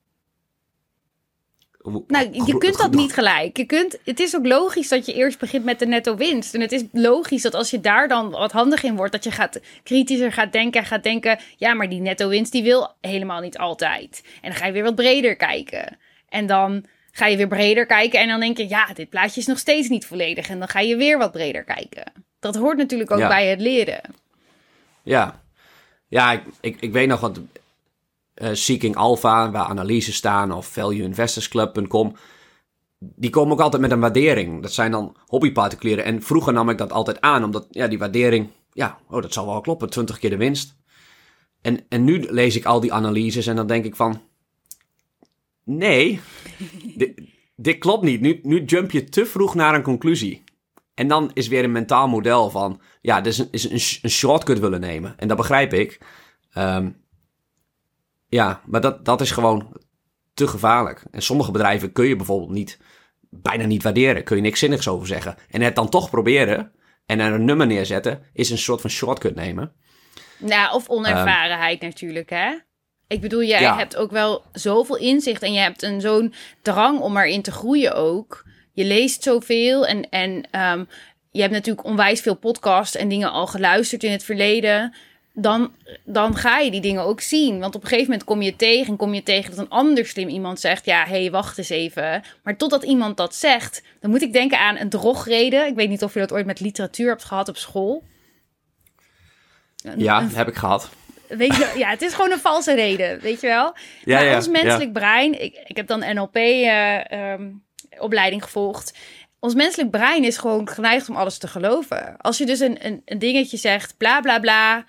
Nou, je kunt dat niet gelijk. Het is ook logisch dat je eerst begint met de netto winst. En het is logisch dat als je daar dan wat handig in wordt, dat je kritischer gaat denken, ja, maar die netto winst die wil helemaal niet altijd. En dan ga je weer wat breder kijken. En dan ga je weer breder kijken en dan denk je, ja, dit plaatje is nog steeds niet volledig. En dan ga je weer wat breder kijken. Dat hoort natuurlijk ook bij het leren. Ja, ik weet nog wat Seeking Alpha, waar analyses staan, of valueinvestorsclub.com. Die komen ook altijd met een waardering. Dat zijn dan hobbyparticulieren. En vroeger nam ik dat altijd aan, omdat die waardering, dat zal wel kloppen, 20 keer de winst. En nu lees ik al die analyses en dan denk ik van, nee, dit klopt niet. Nu jump je te vroeg naar een conclusie. En dan is weer een mentaal model van, dit is een shortcut willen nemen. En dat begrijp ik. Maar dat is gewoon te gevaarlijk. En sommige bedrijven kun je bijvoorbeeld bijna niet waarderen. Kun je niks zinnigs over zeggen. En het dan toch proberen en er een nummer neerzetten, is een soort van shortcut nemen. Nou, of onervarenheid natuurlijk, hè? Ik bedoel, jij hebt ook wel zoveel inzicht en je hebt zo'n drang om erin te groeien ook. Je leest zoveel en je hebt natuurlijk onwijs veel podcasts en dingen al geluisterd in het verleden. Dan ga je die dingen ook zien. Want op een gegeven moment kom je tegen dat een ander slim iemand zegt, wacht eens even. Maar totdat iemand dat zegt, dan moet ik denken aan een drogreden. Ik weet niet of je dat ooit met literatuur hebt gehad op school. Heb ik gehad. Weet je, het is gewoon een valse reden, weet je wel. Maar ons menselijk brein, ik heb dan NLP opleiding gevolgd. Ons menselijk brein is gewoon geneigd om alles te geloven. Als je dus een dingetje zegt, bla bla bla,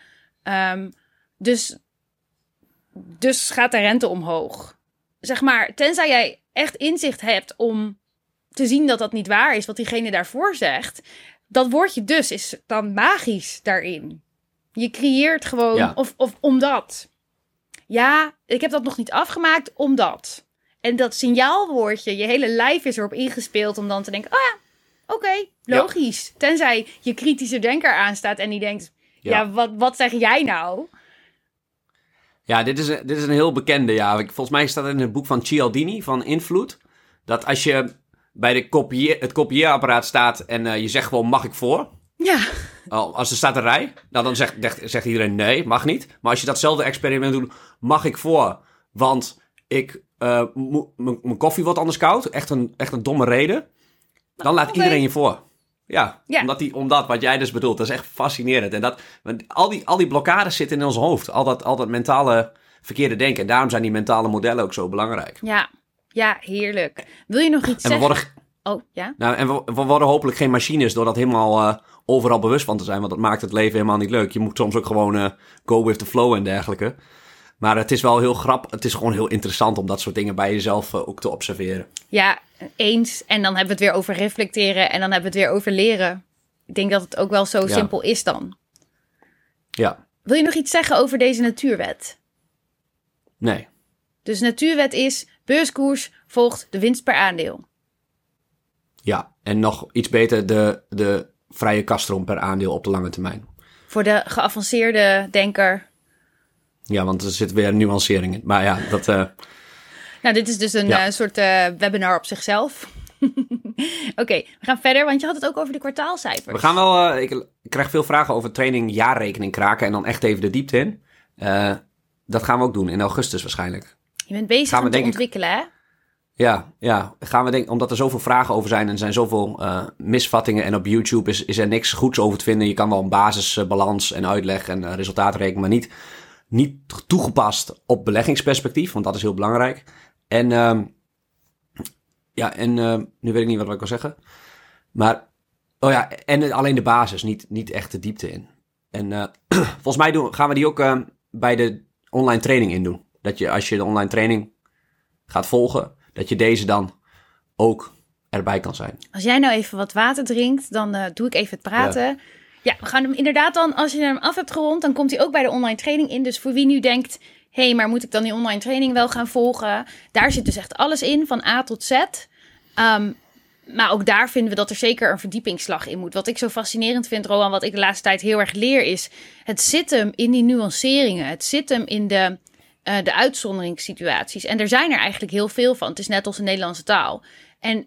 dus gaat de rente omhoog. Zeg maar, tenzij jij echt inzicht hebt om te zien dat dat niet waar is, wat diegene daarvoor zegt, dat woordje dus is dan magisch daarin. Je creëert gewoon, of omdat. Ja, ik heb dat nog niet afgemaakt, omdat. En dat signaalwoordje, je hele lijf is erop ingespeeld om dan te denken, oké, logisch. Ja. Tenzij je kritische denker aanstaat en die denkt, wat zeg jij nou? Ja, dit is een heel bekende, Volgens mij staat het in het boek van Cialdini, van Invloed, dat als je bij het kopieerapparaat staat en je zegt gewoon, mag ik voor? Ja. Als er staat een rij, dan zegt iedereen nee, mag niet. Maar als je datzelfde experiment doet, mag ik voor? Want mijn koffie wordt anders koud. Echt een domme reden. Dan laat iedereen je voor. Ja. Omdat wat jij dus bedoelt, dat is echt fascinerend. En al die blokkades zitten in ons hoofd. Al dat mentale verkeerde denken. En daarom zijn die mentale modellen ook zo belangrijk. Ja, heerlijk. Wil je nog iets zeggen? En we worden hopelijk geen machines door dat helemaal overal bewust van te zijn. Want dat maakt het leven helemaal niet leuk. Je moet soms ook gewoon go with the flow en dergelijke. Maar het is wel heel grappig. Het is gewoon heel interessant om dat soort dingen bij jezelf ook te observeren. Ja, eens. En dan hebben we het weer over reflecteren. En dan hebben we het weer over leren. Ik denk dat het ook wel zo simpel is dan. Ja. Wil je nog iets zeggen over deze natuurwet? Nee. Dus natuurwet is, beurskoers volgt de winst per aandeel. Ja, en nog iets beter de vrije kaststroom per aandeel op de lange termijn. Voor de geavanceerde denker. Ja, want er zit weer een nuancering in. Maar dat... Nou, dit is dus een soort webinar op zichzelf. Oké, we gaan verder, want je had het ook over de kwartaalcijfers. We gaan wel... Ik krijg veel vragen over training jaarrekening kraken en dan echt even de diepte in. Dat gaan we ook doen, in augustus waarschijnlijk. Je bent bezig om te ontwikkelen, hè? Ja, gaan we denken, omdat er zoveel vragen over zijn en er zijn zoveel misvattingen en op YouTube is er niks goeds over te vinden. Je kan wel een basisbalans en uitleg en resultaatrekening, maar niet toegepast op beleggingsperspectief, want dat is heel belangrijk. En nu weet ik niet wat ik wil zeggen. Maar, en alleen de basis, niet echt de diepte in. En volgens mij gaan we die ook bij de online training in doen. Dat je, als je de online training gaat volgen, dat je deze dan ook erbij kan zijn. Als jij nou even wat water drinkt, dan doe ik even het praten. Ja, we gaan hem inderdaad dan, als je hem af hebt gerond, dan komt hij ook bij de online training in. Dus voor wie nu denkt, maar moet ik dan die online training wel gaan volgen? Daar zit dus echt alles in, van A tot Z. Maar ook daar vinden we dat er zeker een verdiepingsslag in moet. Wat ik zo fascinerend vind, Rowan, wat ik de laatste tijd heel erg leer, is het zit hem in die nuanceringen. Het zit hem in de uitzonderingssituaties. En er zijn er eigenlijk heel veel van. Het is net als de Nederlandse taal. En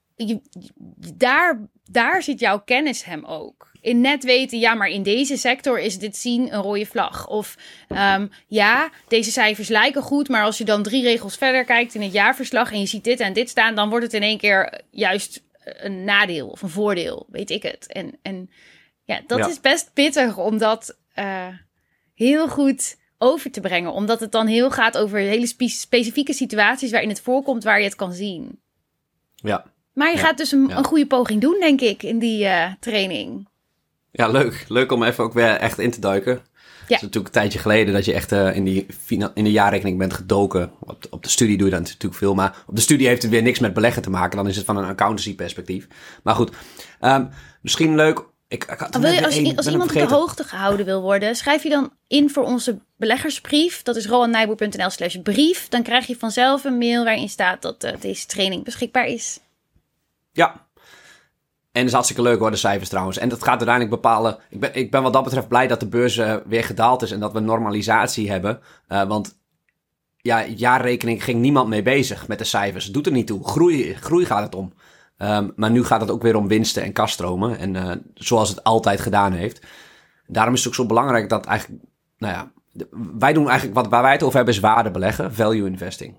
daar zit jouw kennis hem ook. In net weten, ja, maar in deze sector is dit zien een rode vlag. Of ja, deze cijfers lijken goed, maar als je dan 3 regels verder kijkt in het jaarverslag en je ziet dit en dit staan, dan wordt het in één keer juist een nadeel of een voordeel, weet ik het. En ja, dat is best pittig om dat heel goed over te brengen. Omdat het dan heel gaat over hele specifieke situaties waarin het voorkomt, waar je het kan zien. Ja. Maar je gaat dus een goede poging doen, denk ik, in die training. Ja, leuk. Leuk om even ook weer echt in te duiken. Het is natuurlijk een tijdje geleden dat je echt in de jaarrekening bent gedoken. Op de studie doe je dat natuurlijk veel, maar op de studie heeft het weer niks met beleggen te maken. Dan is het van een accountancy perspectief. Maar goed, misschien leuk. Als iemand op de hoogte gehouden wil worden, schrijf je dan in voor onze beleggersbrief. Dat is roannijboer.nl/brief. Dan krijg je vanzelf een mail waarin staat dat deze training beschikbaar is. Ja. En dat is hartstikke leuk hoor, de cijfers trouwens. En dat gaat uiteindelijk bepalen. Ik ben wat dat betreft blij dat de beurs weer gedaald is en dat we normalisatie hebben. Want ja, jaarrekening ging niemand mee bezig met de cijfers. Het doet er niet toe. Groei gaat het om. Maar nu gaat het ook weer om winsten en kaststromen. En zoals het altijd gedaan heeft. Daarom is het ook zo belangrijk dat eigenlijk, nou ja, wij doen eigenlijk waar wij het over hebben is waarde beleggen, value investing.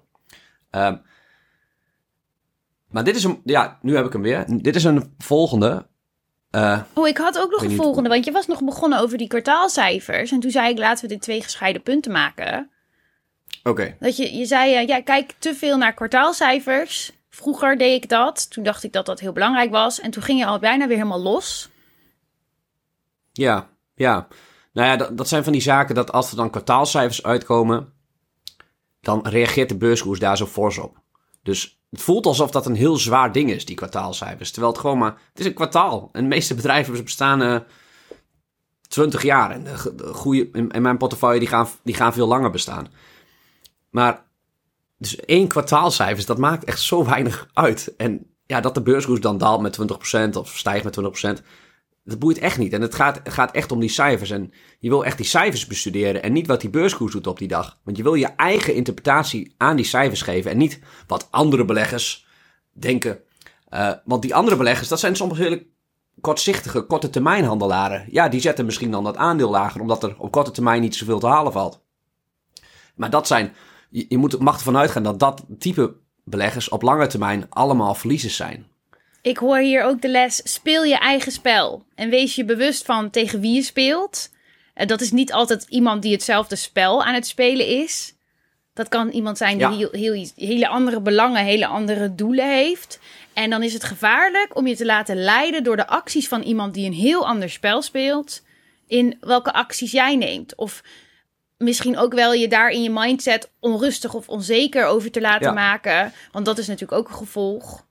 Maar dit is nu heb ik hem weer. Dit is een volgende. Ik had ook nog een volgende, want je was nog begonnen over die kwartaalcijfers. En toen zei ik, laten we dit 2 gescheiden punten maken. Oké. Dat je zei, kijk te veel naar kwartaalcijfers. Vroeger deed ik dat. Toen dacht ik dat dat heel belangrijk was. En toen ging je al bijna weer helemaal los. Ja. Nou ja, dat zijn van die zaken dat als er dan kwartaalcijfers uitkomen, dan reageert de beurskoers daar zo fors op. Dus het voelt alsof dat een heel zwaar ding is, die kwartaalcijfers. Terwijl het gewoon maar, het is een kwartaal. En de meeste bedrijven bestaan 20 jaar. En de goede, in mijn portefeuille, die gaan veel langer bestaan. Maar dus 1 kwartaalcijfers, dat maakt echt zo weinig uit. En ja, dat de beurskoers dan daalt met 20% of stijgt met 20%, dat boeit echt niet. En het gaat echt om die cijfers. En je wil echt die cijfers bestuderen en niet wat die beurskoers doet op die dag. Want je wil je eigen interpretatie aan die cijfers geven en niet wat andere beleggers denken. Want die andere beleggers, dat zijn soms hele kortzichtige, korte termijn handelaren. Ja, die zetten misschien dan dat aandeel lager, omdat er op korte termijn niet zoveel te halen valt. Maar dat zijn, je mag ervan uitgaan dat type beleggers op lange termijn allemaal verliezers zijn. Ik hoor hier ook de les, speel je eigen spel. En wees je bewust van tegen wie je speelt. Dat is niet altijd iemand die hetzelfde spel aan het spelen is. Dat kan iemand zijn die hele andere belangen, hele andere doelen heeft. En dan is het gevaarlijk om je te laten leiden door de acties van iemand die een heel ander spel speelt. In welke acties jij neemt. Of misschien ook wel je daar in je mindset onrustig of onzeker over te laten maken. Want dat is natuurlijk ook een gevolg.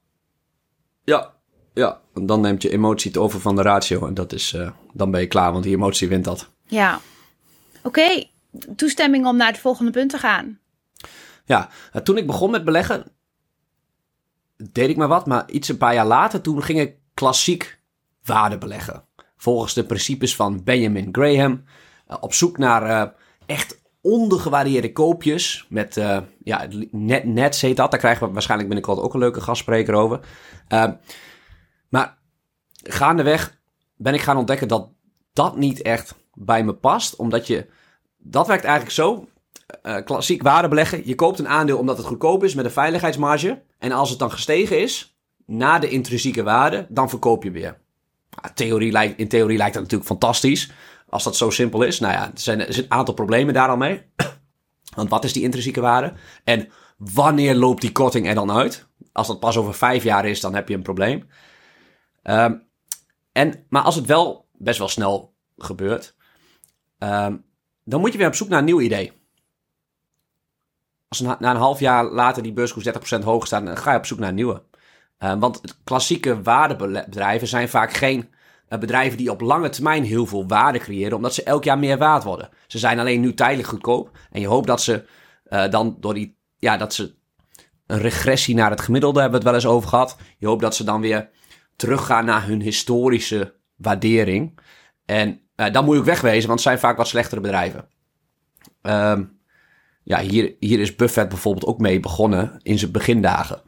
Ja, en dan neemt je emotie het over van de ratio. En dat is, dan ben je klaar, want die emotie wint dat. Ja. Oké, toestemming om naar het volgende punt te gaan. Ja, toen ik begon met beleggen, deed ik maar wat. Maar een paar jaar later, toen ging ik klassiek waarde beleggen. Volgens de principes van Benjamin Graham. Op zoek naar echt ondergewaardeerde koopjes. Met, net heet dat. Daar krijgen we waarschijnlijk binnenkort ook een leuke gastspreker over. Maar gaandeweg ben ik gaan ontdekken dat dat niet echt bij me past. Omdat dat werkt eigenlijk zo. Klassiek waarde beleggen. Je koopt een aandeel omdat het goedkoop is met een veiligheidsmarge. En als het dan gestegen is, na de intrinsieke waarde, dan verkoop je weer. In theorie lijkt dat natuurlijk fantastisch. Als dat zo simpel is. Nou ja, er zijn een aantal problemen daar al mee. Want wat is die intrinsieke waarde? En wanneer loopt die korting er dan uit? Als dat pas over 5 jaar is, dan heb je een probleem. Maar als het wel best wel snel gebeurt, dan moet je weer op zoek naar een nieuw idee. Als na een half jaar later die beurskoers 30% hoger staat, dan ga je op zoek naar een nieuwe. Want klassieke waardebedrijven zijn vaak geen bedrijven die op lange termijn heel veel waarde creëren, omdat ze elk jaar meer waard worden. Ze zijn alleen nu tijdelijk goedkoop. En je hoopt dat ze dan dat ze een regressie naar het gemiddelde, hebben we het wel eens over gehad. Je hoopt dat ze dan weer teruggaan naar hun historische waardering. En dan moet je ook wegwezen, want het zijn vaak wat slechtere bedrijven. Hier is Buffett bijvoorbeeld ook mee begonnen in zijn begindagen.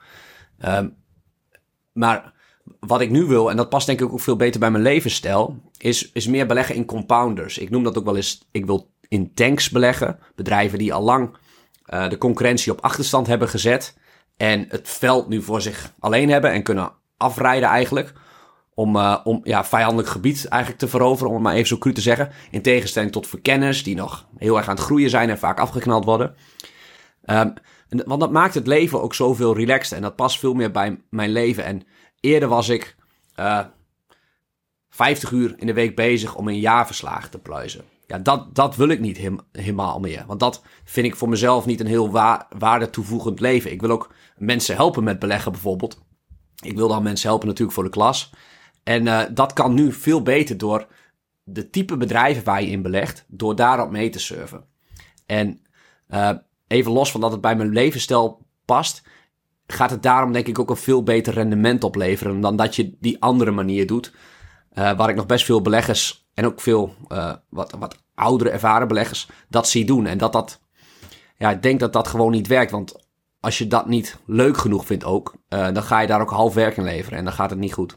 Maar wat ik nu wil, en dat past denk ik ook veel beter bij mijn levensstijl, is meer beleggen in compounders. Ik noem dat ook wel eens, ik wil in tanks beleggen. Bedrijven die al lang de concurrentie op achterstand hebben gezet en het veld nu voor zich alleen hebben en kunnen afrijden eigenlijk. Om vijandelijk gebied eigenlijk te veroveren, om het maar even zo cru te zeggen. In tegenstelling tot verkenners die nog heel erg aan het groeien zijn en vaak afgeknald worden. Want dat maakt het leven ook zoveel relaxed en dat past veel meer bij mijn leven. En eerder was ik 50 uur in de week bezig om een jaarverslag te pluizen. Ja, dat wil ik niet helemaal meer. Want dat vind ik voor mezelf niet een heel waarde toevoegend leven. Ik wil ook mensen helpen met beleggen bijvoorbeeld. Ik wil dan mensen helpen natuurlijk voor de klas. En dat kan nu veel beter door de type bedrijven waar je in belegt, door daarop mee te surfen. En even los van dat het bij mijn levensstijl past, gaat het daarom denk ik ook een veel beter rendement opleveren dan dat je die andere manier doet. Waar ik nog best veel beleggers en ook veel wat oudere ervaren beleggers dat zie doen. En ik denk dat dat gewoon niet werkt. Want als je dat niet leuk genoeg vindt ook, dan ga je daar ook half werk in leveren en dan gaat het niet goed.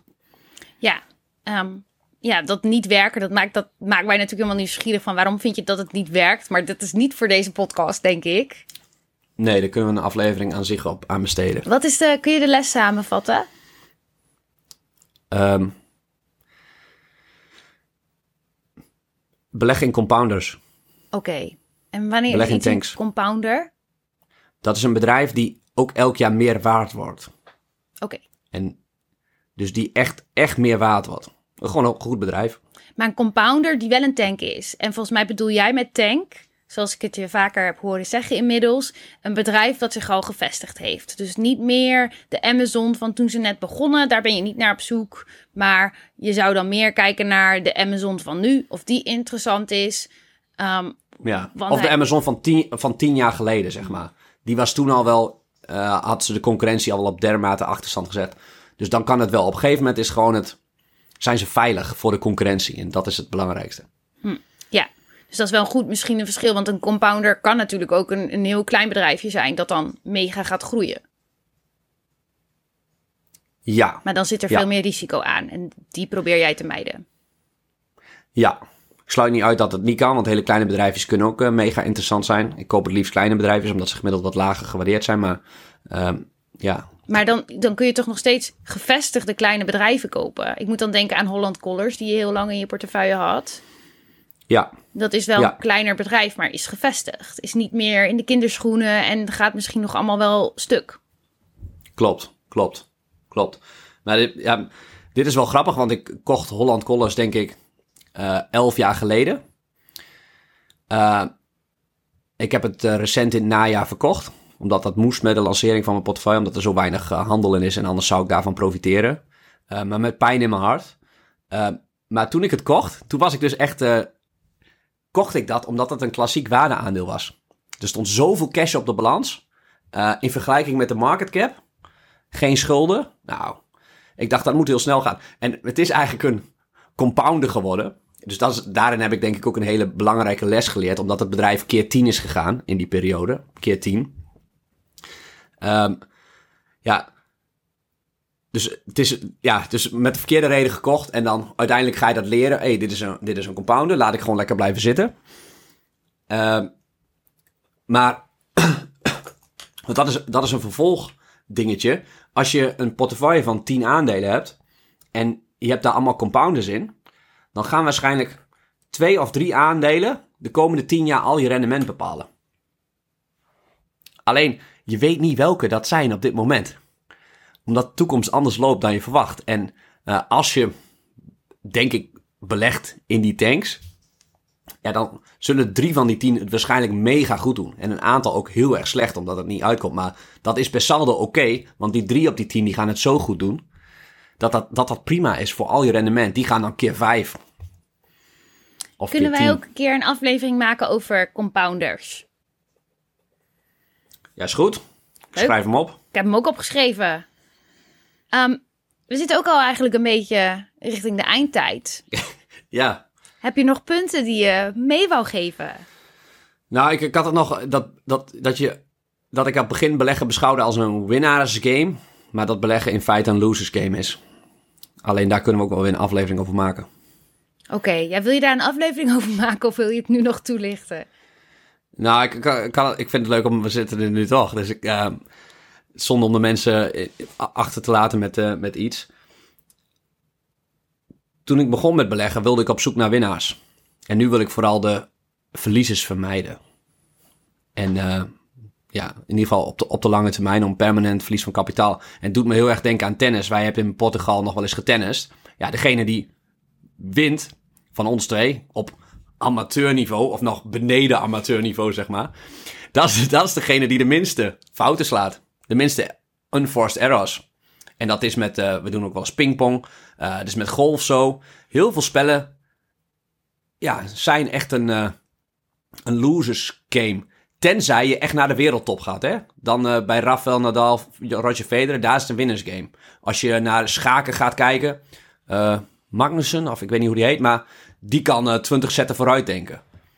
Ja, dat niet werken, dat maakt wij natuurlijk helemaal nieuwsgierig van waarom vind je dat het niet werkt. Maar dat is niet voor deze podcast, denk ik. Nee, daar kunnen we een aflevering aan zich aan besteden. Kun je de les samenvatten? Beleg in compounders. Oké. En wanneer beleg is in iets een tanks. compounder? Dat is een bedrijf die ook elk jaar meer waard wordt. Oké. En dus die echt meer waard wordt. Gewoon een goed bedrijf. Maar een compounder die wel een tank is. En volgens mij bedoel jij met tank, zoals ik het je vaker heb horen zeggen inmiddels, een bedrijf dat zich al gevestigd heeft. Dus niet meer de Amazon van toen ze net begonnen. Daar ben je niet naar op zoek. Maar je zou dan meer kijken naar de Amazon van nu. Of die interessant is. Of de Amazon van 10 jaar geleden, zeg maar. Die was toen al wel, had ze de concurrentie al wel op dermate achterstand gezet. Dus dan kan het wel. Op een gegeven moment zijn ze veilig voor de concurrentie. En dat is het belangrijkste. Ja, dus dat is wel goed misschien een verschil. Want een compounder kan natuurlijk ook een heel klein bedrijfje zijn dat dan mega gaat groeien. Ja. Maar dan zit er veel meer risico aan. En die probeer jij te mijden. Ja. Ik sluit niet uit dat het niet kan, want hele kleine bedrijfjes kunnen ook mega interessant zijn. Ik koop het liefst kleine bedrijfjes, omdat ze gemiddeld wat lager gewaardeerd zijn. Maar Maar dan kun je toch nog steeds gevestigde kleine bedrijven kopen. Ik moet dan denken aan Holland Collars, die je heel lang in je portefeuille had. Ja. Dat is wel een kleiner bedrijf, maar is gevestigd. Is niet meer in de kinderschoenen en gaat misschien nog allemaal wel stuk. Klopt. Maar dit is wel grappig, want ik kocht Holland Collars denk ik 11 jaar geleden. Ik heb het recent in het najaar verkocht. Omdat dat moest met de lancering van mijn portefeuille. Omdat er zo weinig handel in is. En anders zou ik daarvan profiteren. Maar met pijn in mijn hart. Maar toen ik het kocht. Toen was ik dus echt... kocht ik dat omdat het een klassiek waardeaandeel was. Er stond zoveel cash op de balans. In vergelijking met de market cap. Geen schulden. Nou, ik dacht dat moet heel snel gaan. En het is eigenlijk een compounder geworden. Dus daarin heb ik denk ik ook een hele belangrijke les geleerd. Omdat het bedrijf keer 10 is gegaan in die periode. Keer 10. Dus het is dus met de verkeerde reden gekocht. En dan uiteindelijk ga je dat leren. Hey, dit is een compounder. Laat ik gewoon lekker blijven zitten. Maar dat is een vervolgdingetje. Als je een portefeuille van 10 aandelen hebt. En je hebt daar allemaal compounders in. Dan gaan waarschijnlijk 2 of 3 aandelen de komende 10 jaar al je rendement bepalen. Alleen, je weet niet welke dat zijn op dit moment. Omdat de toekomst anders loopt dan je verwacht. En als je, denk ik, belegt in die tanks, dan zullen 3 van die 10 het waarschijnlijk mega goed doen. En een aantal ook heel erg slecht, omdat het niet uitkomt. Maar dat is per saldo oké, want die 3 op die 10 die gaan het zo goed doen. Dat prima is voor al je rendement. Die gaan dan keer 5. Of kunnen keer wij 10. ook een keer een aflevering maken over compounders? Ja, is goed. Leuk. Schrijf hem op. Ik heb hem ook opgeschreven. We zitten ook al eigenlijk een beetje richting de eindtijd. Ja. Heb je nog punten die je mee wou geven? Nou, ik had het nog dat ik aan het begin beleggen beschouwde als een winnaarsgame. Maar dat beleggen in feite een losersgame is. Alleen daar kunnen we ook wel weer een aflevering over maken. Oké, wil je daar een aflevering over maken of wil je het nu nog toelichten? Nou, ik vind het leuk we zitten er nu toch. Dus zonder om de mensen achter te laten met iets. Toen ik begon met beleggen wilde ik op zoek naar winnaars. En nu wil ik vooral de verliezers vermijden. En in ieder geval op de lange termijn om permanent verlies van kapitaal. En het doet me heel erg denken aan tennis. Wij hebben in Portugal nog wel eens getennist. Ja, degene die wint van ons twee op amateurniveau, of nog beneden amateurniveau, zeg maar. Dat is degene die de minste fouten slaat. De minste unforced errors. En dat is met, we doen ook wel eens pingpong. Dus met golf zo. Heel veel spellen zijn echt een losers game. Tenzij je echt naar de wereldtop gaat, hè. Dan bij Rafael Nadal, Roger Federer, daar is het een winnersgame. Als je naar schaken gaat kijken, Magnussen, of ik weet niet hoe die heet, maar die kan 20 zetten vooruit denken.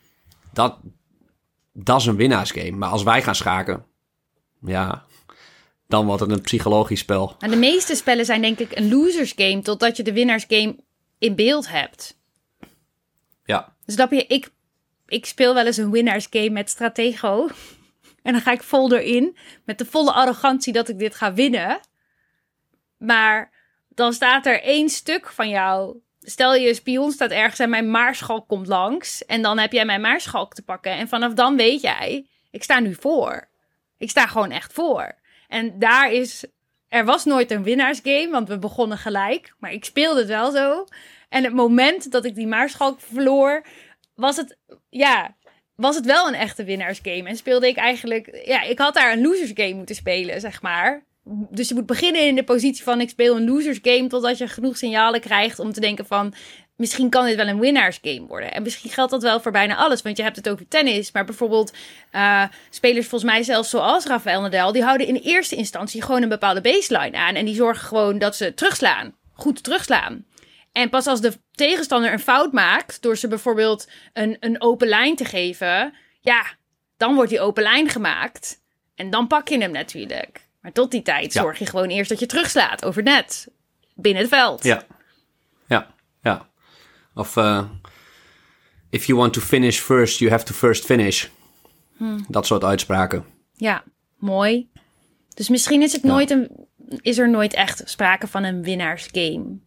Dat is een winnaarsgame. Maar als wij gaan schaken, dan wordt het een psychologisch spel. En de meeste spellen zijn denk ik een losersgame, totdat je de winnaarsgame in beeld hebt. Ja. Snap je, ik speel wel eens een winnaarsgame met Stratego. En dan ga ik vol erin, met de volle arrogantie dat ik dit ga winnen. Maar dan staat er 1 stuk van jou. Stel je spion staat ergens en mijn maarschalk komt langs. En dan heb jij mijn maarschalk te pakken. En vanaf dan weet jij, ik sta nu voor. Ik sta gewoon echt voor. En er was nooit een winnaarsgame, want we begonnen gelijk. Maar ik speelde het wel zo. En het moment dat ik die maarschalk verloor, was het wel een echte winnaarsgame. En speelde ik eigenlijk, ik had daar een losersgame moeten spelen, zeg maar. Dus je moet beginnen in de positie van ik speel een losersgame totdat je genoeg signalen krijgt om te denken van misschien kan dit wel een winnaarsgame worden. En misschien geldt dat wel voor bijna alles, want je hebt het over tennis. Maar bijvoorbeeld spelers volgens mij zelfs zoals Rafael Nadal, die houden in eerste instantie gewoon een bepaalde baseline aan. En die zorgen gewoon dat ze terugslaan. Goed terugslaan. En pas als de tegenstander een fout maakt, door ze bijvoorbeeld een open lijn te geven, dan wordt die open lijn gemaakt. En dan pak je hem natuurlijk. Maar tot die tijd zorg je gewoon eerst dat je terugslaat over net. Binnen het veld. Ja. Of if you want to finish first, you have to first finish. Dat soort uitspraken. Ja, mooi. Dus misschien is is er nooit echt sprake van een winnaarsgame.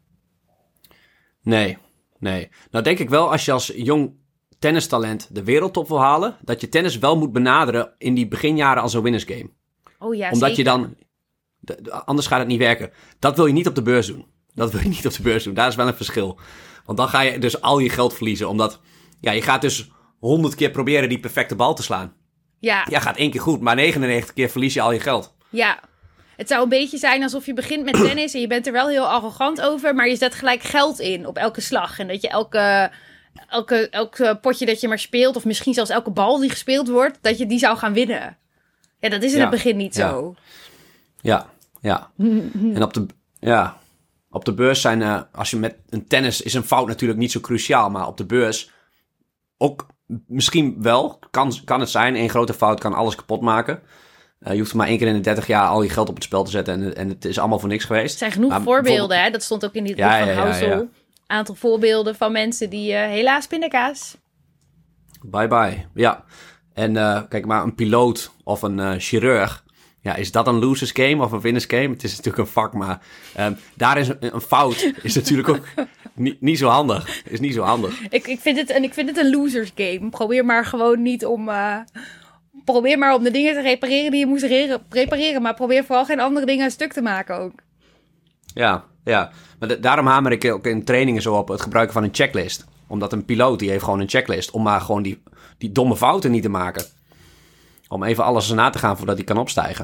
Nee. Nou denk ik wel, als je als jong tennistalent de wereldtop wil halen, dat je tennis wel moet benaderen in die beginjaren als een winnersgame. Oh ja, omdat zeker. je dan, anders gaat het niet werken. Dat wil je niet op de beurs doen. Daar is wel een verschil. Want dan ga je dus al je geld verliezen. Omdat, je gaat dus 100 keer proberen die perfecte bal te slaan. Ja. Ja, gaat 1 keer goed, maar 99 keer verlies je al je geld. Ja. Het zou een beetje zijn alsof je begint met tennis en je bent er wel heel arrogant over, maar je zet gelijk geld in op elke slag. En dat je elke potje dat je maar speelt, of misschien zelfs elke bal die gespeeld wordt, dat je die zou gaan winnen. Ja, dat is in het begin niet zo. Ja. En op de beurs zijn, als je met een tennis, is een fout natuurlijk niet zo cruciaal, maar op de beurs ook misschien wel, kan het zijn. 1 grote fout kan alles kapot maken. Je hoeft er maar 1 keer in de 30 jaar al je geld op het spel te zetten en het is allemaal voor niks geweest. Er zijn genoeg voorbeelden, hè? Dat stond ook in die boek van Housel. Aantal voorbeelden van mensen die helaas pindakaas. Bye. Ja. En kijk maar, een piloot of een chirurg. Ja, is dat een losers game of een winners game? Het is natuurlijk een vak, maar daar is een fout is natuurlijk ook niet zo handig. Is niet zo handig. Ik vind het een losers game. Probeer maar gewoon niet om probeer maar om de dingen te repareren die je moest repareren. Maar probeer vooral geen andere dingen stuk te maken ook. Ja. Maar daarom hamer ik ook in trainingen zo op het gebruiken van een checklist. Omdat een piloot, die heeft gewoon een checklist. Om maar gewoon die domme fouten niet te maken. Om even alles na te gaan voordat hij kan opstijgen.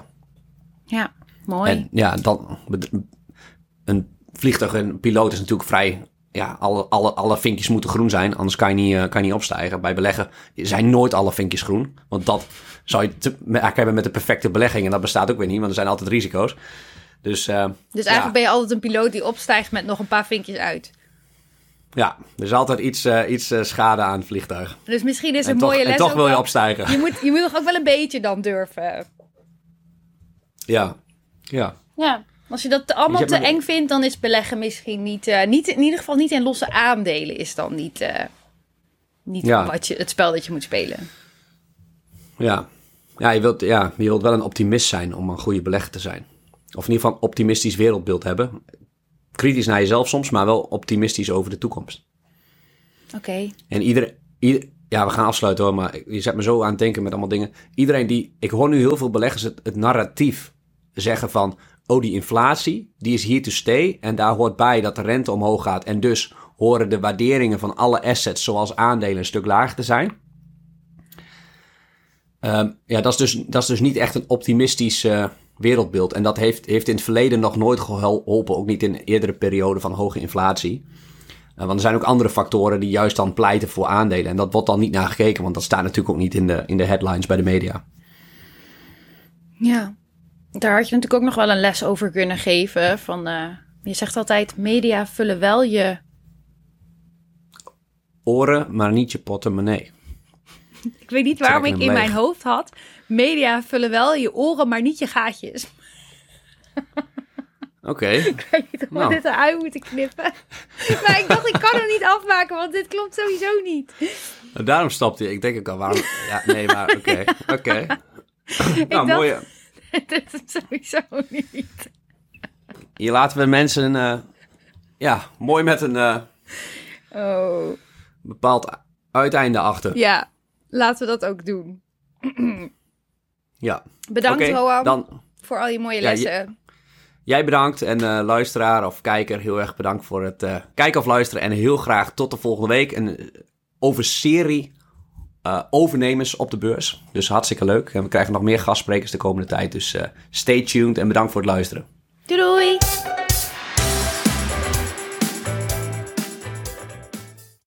Ja, mooi. En ja, dan een vliegtuig, een piloot is natuurlijk vrij alle vinkjes moeten groen zijn. Anders kan je niet opstijgen. Bij beleggen zijn nooit alle vinkjes groen. Want dat zou je eigenlijk hebben met de perfecte belegging. En dat bestaat ook weer niet, want er zijn altijd risico's. Dus eigenlijk ben je altijd een piloot die opstijgt met nog een paar vinkjes uit. Ja, er is altijd iets schade aan het vliegtuig. Dus misschien is een mooie les. En toch wil je opstijgen. Je moet toch ook wel een beetje dan durven. Ja. Ja, als je dat allemaal te eng vindt, dan is beleggen misschien niet... in ieder geval niet in losse aandelen is dan niet het spel dat je moet spelen. Ja, je wilt wel een optimist zijn om een goede belegger te zijn. Of in ieder geval een optimistisch wereldbeeld hebben. Kritisch naar jezelf soms, maar wel optimistisch over de toekomst. Oké. En we gaan afsluiten hoor, maar je zet me zo aan het denken met allemaal dingen. Ik hoor nu heel veel beleggers het narratief zeggen van, die inflatie, die is here to stay. En daar hoort bij dat de rente omhoog gaat. En dus horen de waarderingen van alle assets, zoals aandelen, een stuk lager te zijn. Dat is dus niet echt een optimistisch wereldbeeld. En dat heeft in het verleden nog nooit geholpen. Ook niet in eerdere perioden van hoge inflatie. Want er zijn ook andere factoren die juist dan pleiten voor aandelen. En dat wordt dan niet naar gekeken, want dat staat natuurlijk ook niet in de headlines bij de media. Ja, daar had je natuurlijk ook nog wel een les over kunnen geven. Je zegt altijd, media vullen wel je... oren, maar niet je portemonnee. Ik weet niet waarom ik in mijn hoofd had. Media vullen wel je oren, maar niet je gaatjes. Oké. Ik weet niet of we dit eruit moeten knippen. Maar ik dacht, ik kan hem niet afmaken, want dit klopt sowieso niet. Daarom stopte je. Ik denk ook al, waarom... Ja, nee, maar oké. Nou, mooi. Dit is sowieso niet. Hier laten we mensen mooi met een bepaald uiteinde achter. Ja, laten we dat ook doen. Ja. Bedankt, Roan, voor al je mooie lessen. Jij bedankt en luisteraar of kijker, heel erg bedankt voor het kijken of luisteren. En heel graag tot de volgende week. En over serie overnemers op de beurs. Dus hartstikke leuk. En we krijgen nog meer gastsprekers de komende tijd. Dus stay tuned en bedankt voor het luisteren. Doei doei!